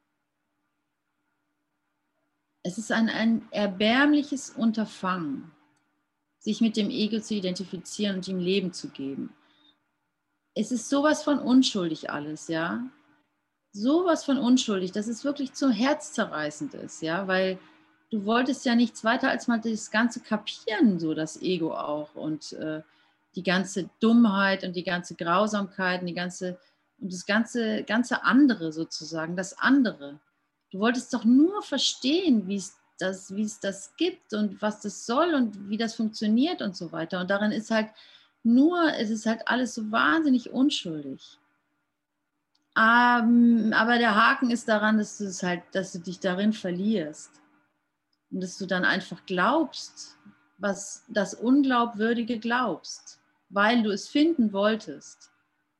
[SPEAKER 1] Es ist ein erbärmliches Unterfangen, sich mit dem Ego zu identifizieren und ihm Leben zu geben. Es ist sowas von unschuldig alles, ja. Sowas von unschuldig, dass es wirklich so herzzerreißend ist, ja, weil du wolltest ja nichts weiter als mal das ganze kapieren, so das Ego auch und die ganze Dummheit und die ganze Grausamkeit und das ganze andere sozusagen, das andere. Du wolltest doch nur verstehen, wie es das gibt und was das soll und wie das funktioniert und so weiter. Und darin ist halt es ist halt alles so wahnsinnig unschuldig. Aber der Haken ist daran, dass du dich darin verlierst und dass du dann einfach glaubst, was das Unglaubwürdige glaubst, weil du es finden wolltest.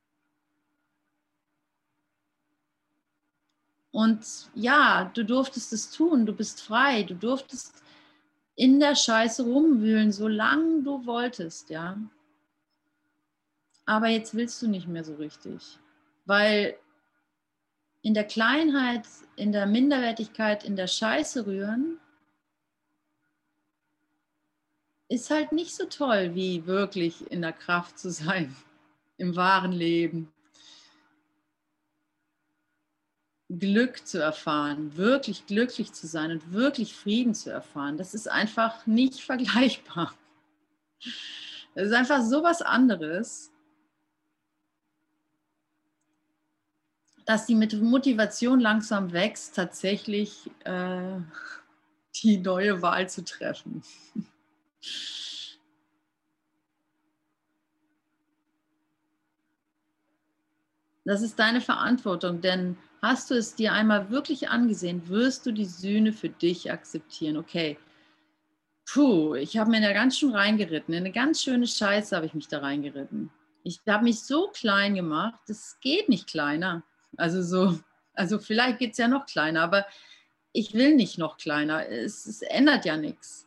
[SPEAKER 1] Und ja, du durftest es tun, du bist frei, du durftest in der Scheiße rumwühlen, solange du wolltest, ja. Aber jetzt willst du nicht mehr so richtig, weil in der Kleinheit, in der Minderwertigkeit, in der Scheiße rühren, ist halt nicht so toll, wie wirklich in der Kraft zu sein, im wahren Leben. Glück zu erfahren, wirklich glücklich zu sein und wirklich Frieden zu erfahren, das ist einfach nicht vergleichbar. Das ist einfach so was anderes, dass die Motivation langsam wächst, tatsächlich die neue Wahl zu treffen. Das ist deine Verantwortung, denn hast du es dir einmal wirklich angesehen, wirst du die Sühne für dich akzeptieren. Okay, ich habe mir da ganz schön reingeritten, in eine ganz schöne Scheiße habe ich mich da reingeritten. Ich habe mich so klein gemacht, das geht nicht kleiner. Also vielleicht geht es ja noch kleiner, aber ich will nicht noch kleiner. Es ändert ja nichts.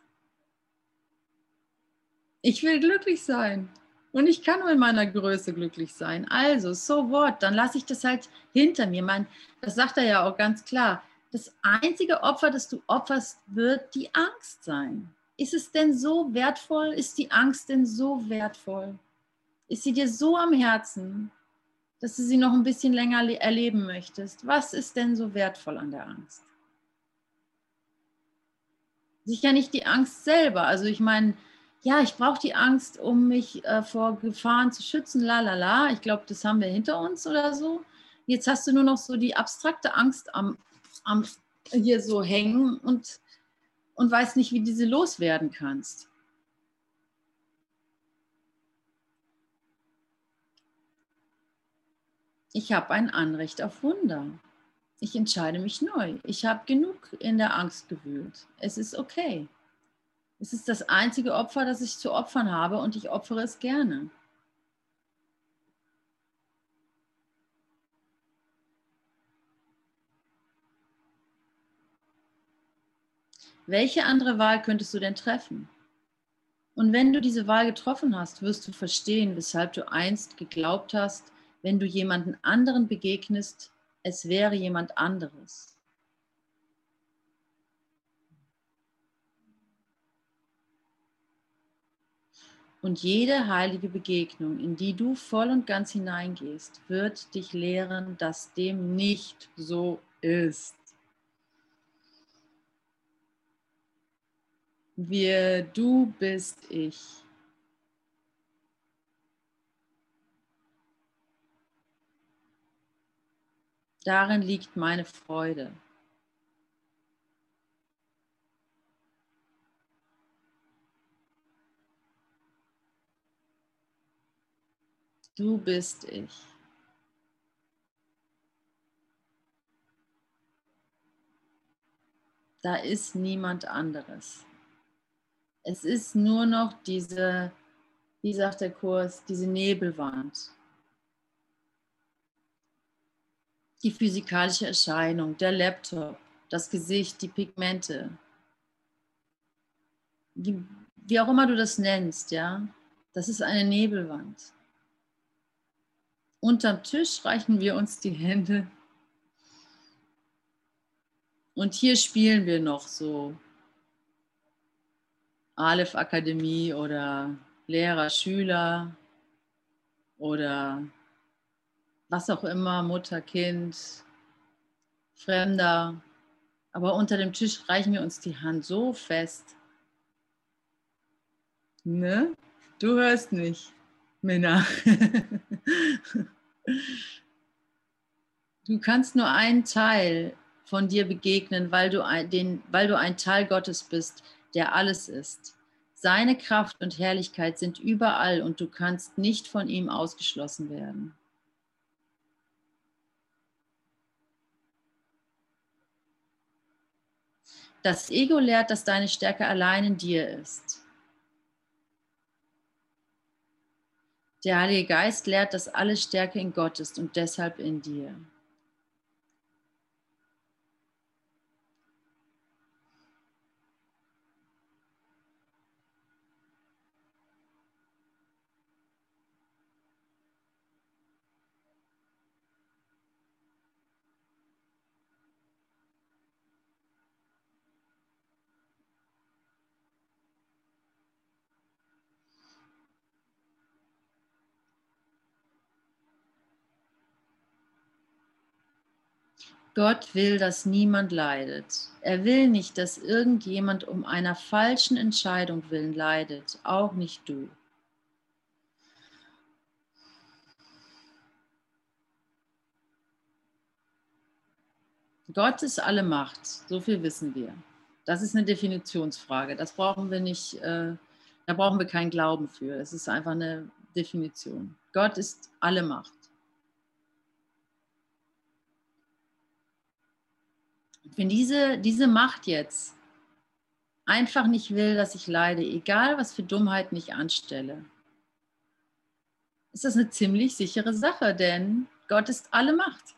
[SPEAKER 1] Ich will glücklich sein. Und ich kann nur in meiner Größe glücklich sein. Also, so what? Dann lasse ich das halt hinter mir. Das sagt er ja auch ganz klar. Das einzige Opfer, das du opferst, wird die Angst sein. Ist es denn so wertvoll? Ist die Angst denn so wertvoll? Ist sie dir so am Herzen, dass du sie noch ein bisschen länger erleben möchtest? Was ist denn so wertvoll an der Angst? Sicher nicht die Angst selber. Also ich meine, ja, ich brauche die Angst, um mich vor Gefahren zu schützen, la la la. Ich glaube, das haben wir hinter uns oder so. Jetzt hast du nur noch so die abstrakte Angst am hier so hängen und weißt nicht, wie du sie loswerden kannst. Ich habe ein Anrecht auf Wunder. Ich entscheide mich neu. Ich habe genug in der Angst gewühlt. Es ist okay. Es ist das einzige Opfer, das ich zu opfern habe und ich opfere es gerne. Welche andere Wahl könntest du denn treffen? Und wenn du diese Wahl getroffen hast, wirst du verstehen, weshalb du einst geglaubt hast, wenn du jemanden anderen begegnest, es wäre jemand anderes. Und jede heilige Begegnung, in die du voll und ganz hineingehst, wird dich lehren, dass dem nicht so ist. Du bist ich. Darin liegt meine Freude. Du bist ich. Da ist niemand anderes. Es ist nur noch diese, wie sagt der Kurs, diese Nebelwand. Die physikalische Erscheinung, der Laptop, das Gesicht, die Pigmente, wie auch immer du das nennst, ja, das ist eine Nebelwand. Unterm Tisch reichen wir uns die Hände und hier spielen wir noch so Aleph Akademie oder Lehrer, Schüler oder was auch immer, Mutter, Kind, Fremder. Aber unter dem Tisch reichen wir uns die Hand so fest. Ne? Du hörst nicht, Minna. Du kannst nur einen Teil von dir begegnen, weil du ein Teil Gottes bist, der alles ist. Seine Kraft und Herrlichkeit sind überall und du kannst nicht von ihm ausgeschlossen werden. Das Ego lehrt, dass deine Stärke allein in dir ist. Der Heilige Geist lehrt, dass alle Stärke in Gott ist und deshalb in dir. Gott will, dass niemand leidet. Er will nicht, dass irgendjemand um einer falschen Entscheidung willen leidet, auch nicht du. Gott ist alle Macht, so viel wissen wir. Das ist eine Definitionsfrage. Das brauchen wir nicht, da brauchen wir keinen Glauben für. Es ist einfach eine Definition. Gott ist alle Macht. Wenn diese Macht jetzt einfach nicht will, dass ich leide, egal was für Dummheiten ich anstelle, ist das eine ziemlich sichere Sache, denn Gott ist alle Macht.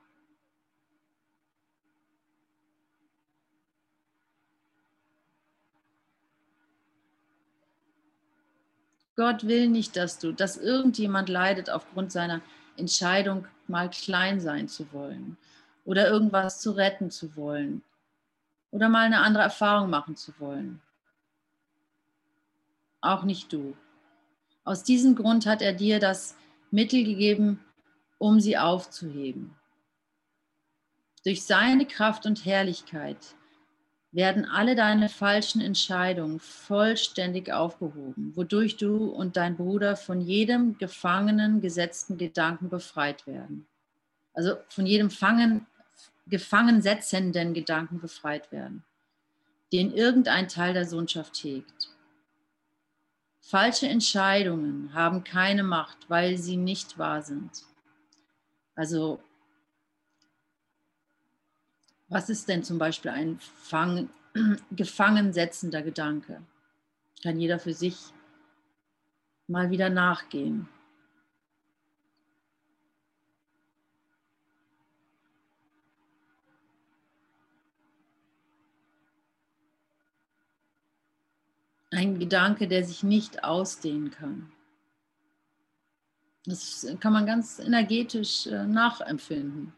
[SPEAKER 1] Gott will nicht, dass irgendjemand leidet aufgrund seiner Entscheidung, mal klein sein zu wollen oder irgendwas zu retten zu wollen oder mal eine andere Erfahrung machen zu wollen. Auch nicht du. Aus diesem Grund hat er dir das Mittel gegeben, um sie aufzuheben. Durch seine Kraft und Herrlichkeit werden alle deine falschen Entscheidungen vollständig aufgehoben, wodurch du und dein Bruder von jedem gefangenen, gesetzten Gedanken befreit werden. Also von jedem gefangen setzenden Gedanken befreit werden, den irgendein Teil der Sohnschaft hegt. Falsche Entscheidungen haben keine Macht, weil sie nicht wahr sind. Also was ist denn zum Beispiel ein gefangen setzender Gedanke? Kann jeder für sich mal wieder nachgehen. Ein Gedanke, der sich nicht ausdehnen kann. Das kann man ganz energetisch nachempfinden.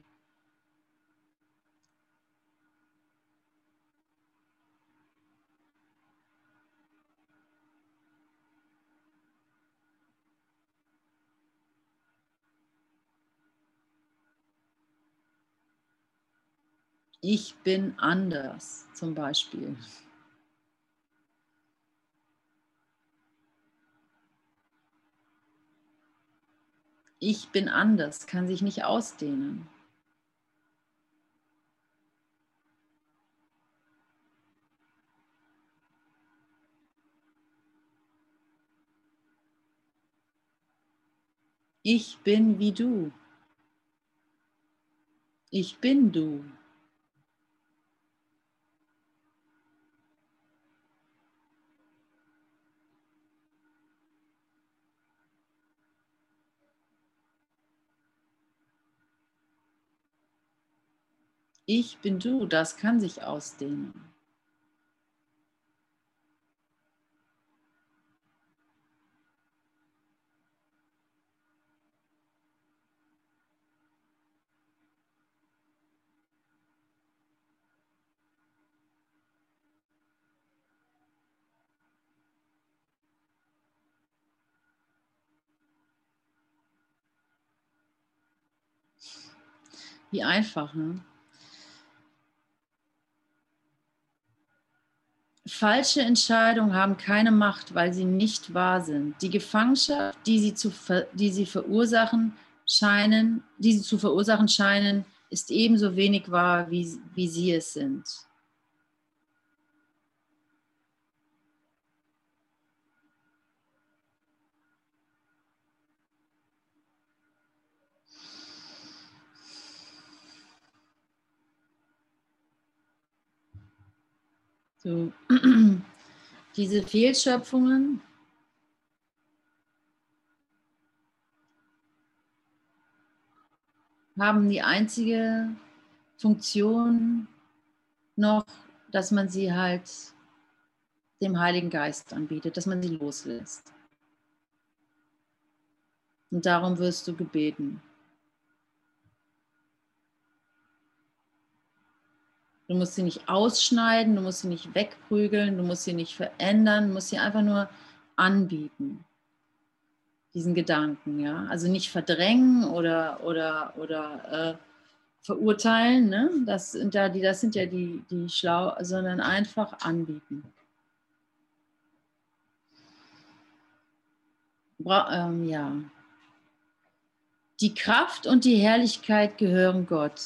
[SPEAKER 1] Ich bin anders, zum Beispiel. Ich bin anders, kann sich nicht ausdehnen. Ich bin wie du. Ich bin du. Ich bin du, das kann sich ausdehnen. Wie einfach, ne? Falsche Entscheidungen haben keine Macht, weil sie nicht wahr sind. Die Gefangenschaft, die sie zu verursachen scheinen, ist ebenso wenig wahr, wie sie es sind. So. Diese Fehlschöpfungen haben die einzige Funktion noch, dass man sie halt dem Heiligen Geist anbietet, dass man sie loslässt. Und darum wirst du gebeten. Du musst sie nicht ausschneiden, du musst sie nicht wegprügeln, du musst sie nicht verändern, du musst sie einfach nur anbieten, diesen Gedanken, ja. Also nicht verdrängen oder verurteilen, ne? Das sind ja die schlau, sondern einfach anbieten. Ja. Die Kraft und die Herrlichkeit gehören Gott.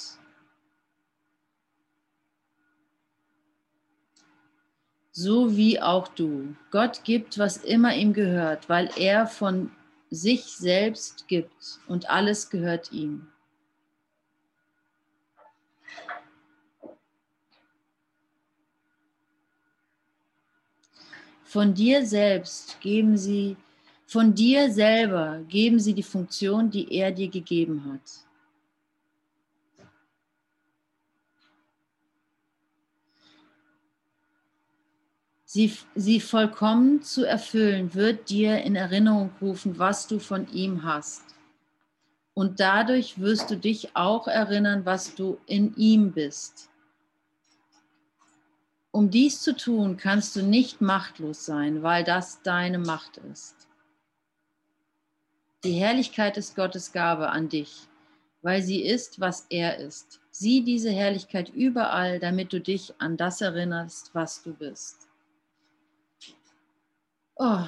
[SPEAKER 1] So wie auch du. Gott gibt, was immer ihm gehört, weil er von sich selbst gibt und alles gehört ihm. Von dir selber geben sie die Funktion, die er dir gegeben hat. Sie vollkommen zu erfüllen, wird dir in Erinnerung rufen, was du von ihm hast. Und dadurch wirst du dich auch erinnern, was du in ihm bist. Um dies zu tun, kannst du nicht machtlos sein, weil das deine Macht ist. Die Herrlichkeit ist Gottes Gabe an dich, weil sie ist, was er ist. Sieh diese Herrlichkeit überall, damit du dich an das erinnerst, was du bist. Oh.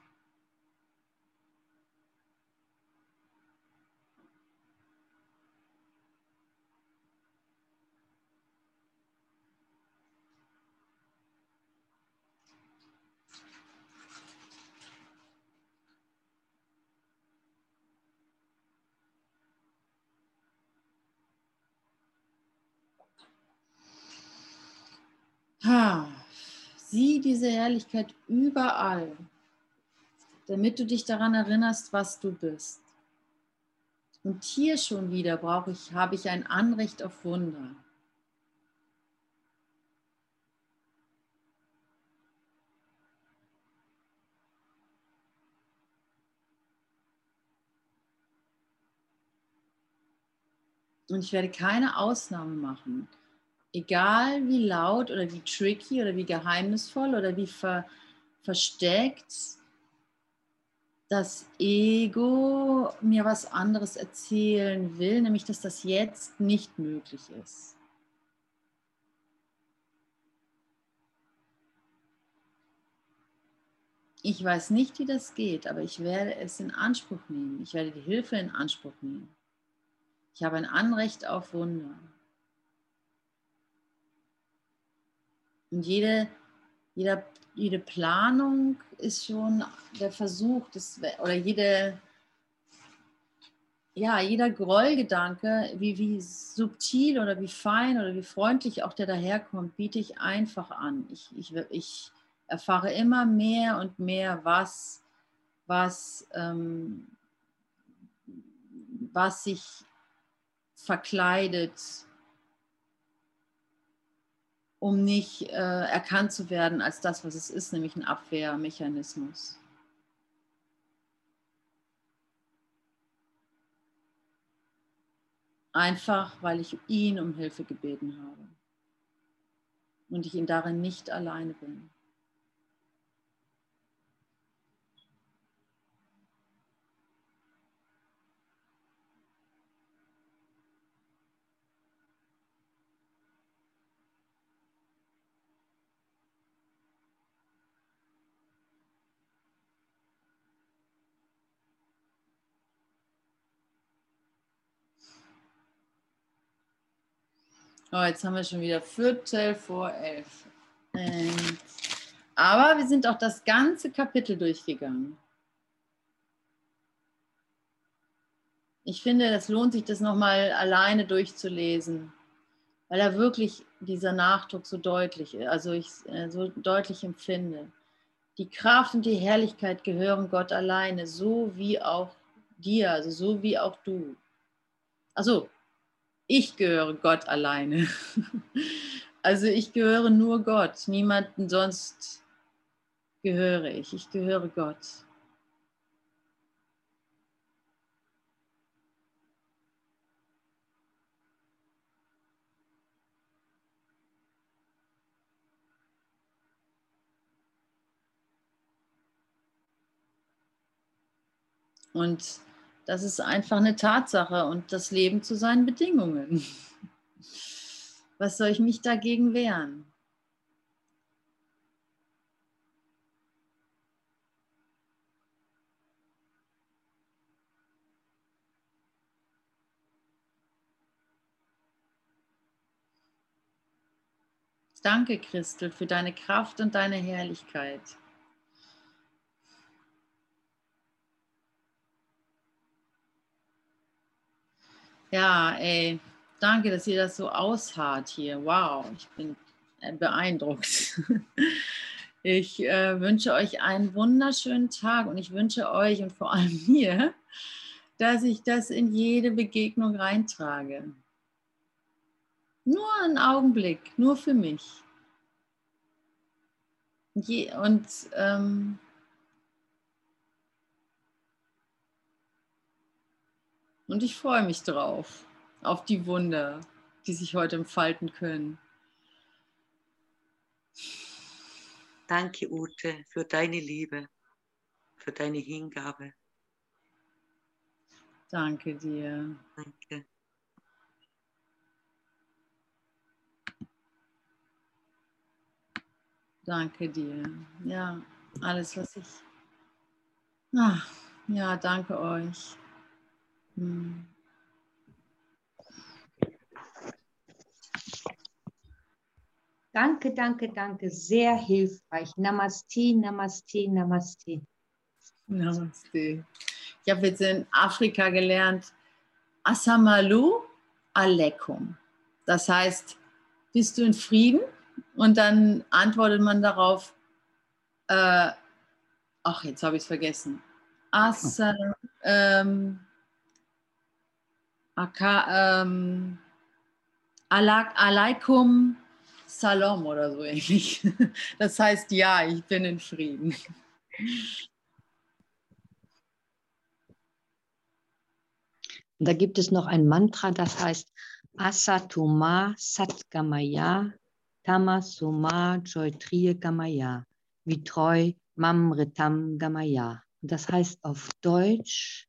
[SPEAKER 1] Sieh diese Herrlichkeit überall, damit du dich daran erinnerst, was du bist. Und hier schon wieder habe ich ein Anrecht auf Wunder. Und ich werde keine Ausnahme machen. Egal wie laut oder wie tricky oder wie geheimnisvoll oder wie versteckt das Ego mir was anderes erzählen will, nämlich dass das jetzt nicht möglich ist. Ich weiß nicht, wie das geht, aber ich werde es in Anspruch nehmen. Ich werde die Hilfe in Anspruch nehmen. Ich habe ein Anrecht auf Wunder. Und jede Planung ist schon der Versuch, oder jeder Grollgedanke, wie subtil oder wie fein oder wie freundlich auch der daherkommt, biete ich einfach an. Ich erfahre immer mehr und mehr, was sich verkleidet um nicht erkannt zu werden als das, was es ist, nämlich ein Abwehrmechanismus. Einfach, weil ich ihn um Hilfe gebeten habe und ich ihn darin nicht alleine bin. Oh, jetzt haben wir schon wieder 11:15. Aber wir sind auch das ganze Kapitel durchgegangen. Ich finde, es lohnt sich, das nochmal alleine durchzulesen, weil da wirklich dieser Nachdruck so deutlich ist, also ich so deutlich empfinde. Die Kraft und die Herrlichkeit gehören Gott alleine, so wie auch dir, also so wie auch du. Also ich gehöre Gott alleine. Also ich gehöre nur Gott, niemanden sonst gehöre ich. Ich gehöre Gott. Und das ist einfach eine Tatsache und das Leben zu seinen Bedingungen. Was soll ich mich dagegen wehren? Danke, Christel, für deine Kraft und deine Herrlichkeit. Ja, ey, danke, dass ihr das so ausharrt hier. Wow, ich bin beeindruckt. Ich wünsche euch einen wunderschönen Tag und ich wünsche euch und vor allem mir, dass ich das in jede Begegnung reintrage. Nur einen Augenblick, nur für mich. Und ich freue mich drauf, auf die Wunder, die sich heute entfalten können.
[SPEAKER 2] Danke, Ute, für deine Liebe, für deine Hingabe.
[SPEAKER 1] Danke dir.
[SPEAKER 2] Danke.
[SPEAKER 1] Danke dir. Ja, alles, was ich... ja, danke euch.
[SPEAKER 3] Danke, danke, danke. Sehr hilfreich. Namaste, Namaste, Namaste.
[SPEAKER 1] Namaste. Ich habe jetzt in Afrika gelernt, Assalamu alaikum. Das heißt, bist du in Frieden? Und dann antwortet man darauf, ach, jetzt habe ich es vergessen. Alaikum Salam oder so ähnlich. Das heißt, ja, ich bin in Frieden.
[SPEAKER 3] Und da gibt es noch ein Mantra, das heißt Asatoma Satgamaya Tamasoma Joytriya Gamaya Vitroi Mamritam Gamaya. Und das heißt auf Deutsch,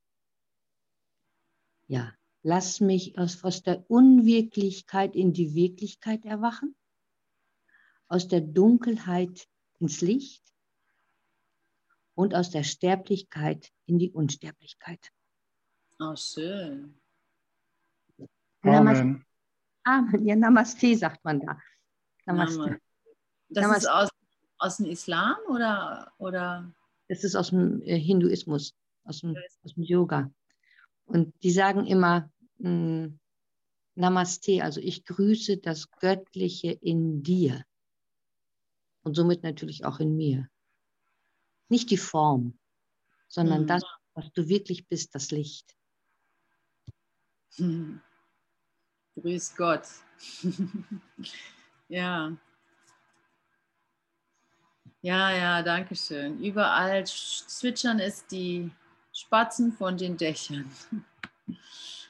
[SPEAKER 3] ja, lass mich aus der Unwirklichkeit in die Wirklichkeit erwachen, aus der Dunkelheit ins Licht und aus der Sterblichkeit in die Unsterblichkeit.
[SPEAKER 1] Oh, schön.
[SPEAKER 3] Amen. Amen. Ja, Namaste sagt man da.
[SPEAKER 1] Namaste. Das
[SPEAKER 3] Namaste.
[SPEAKER 1] Ist aus dem Islam oder?
[SPEAKER 3] Das ist aus dem Hinduismus, aus dem Yoga. Und die sagen immer Namaste, also ich grüße das Göttliche in dir und somit natürlich auch in mir. Nicht die Form, sondern das, was du wirklich bist, das Licht.
[SPEAKER 1] Grüß Gott. Ja. Ja, ja, danke schön. Überall zwitschern es die Spatzen von den Dächern.